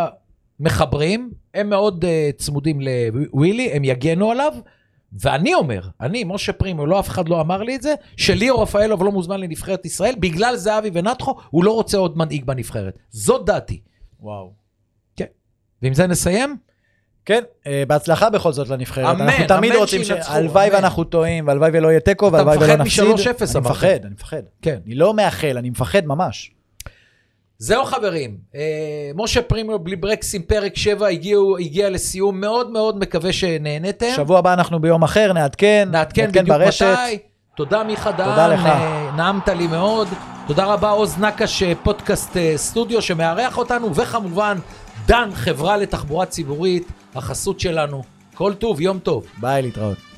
המחברים, הם מאוד צמודים לווילי, הם יגנו עליו, ואני אומר, משה פרימו, לא אף אחד לא אמר לי את זה, שליאור רפאלוב לא מוזמן לנבחרת ישראל, בגלל זהבי ונטחו, הוא לא רוצה עוד מנהיג בנבחרת. זאת דעתי. וואו. כן. ועם זה נסיים? כן, בהצלחה בכל זאת לנבחרת. אנחנו תמיד רוצים שהלוואי ואנחנו טועים, והלוואי ולא יהיה טקו, והלוואי ולא נפסיד. אתה מפחד מ-3-0. אני מפחד. כן. אני לא מאחל, אני מפחד ממש. זהו חברים, משה פרימו בלי ברקסים פרק 7 הגיע לסיום, מאוד מאוד מקווה שנהנתם. שבוע הבא אנחנו ביום אחר, נעדכן בדיוק מתי. תודה מיכה דהן, תודה לך. נעמת לי מאוד. תודה רבה עוז נקש פודקאסט סטודיו שמארח אותנו, וכמובן דן חברה לתחבורה ציבורית, החסות שלנו. כל טוב, יום טוב. ביי, להתראות.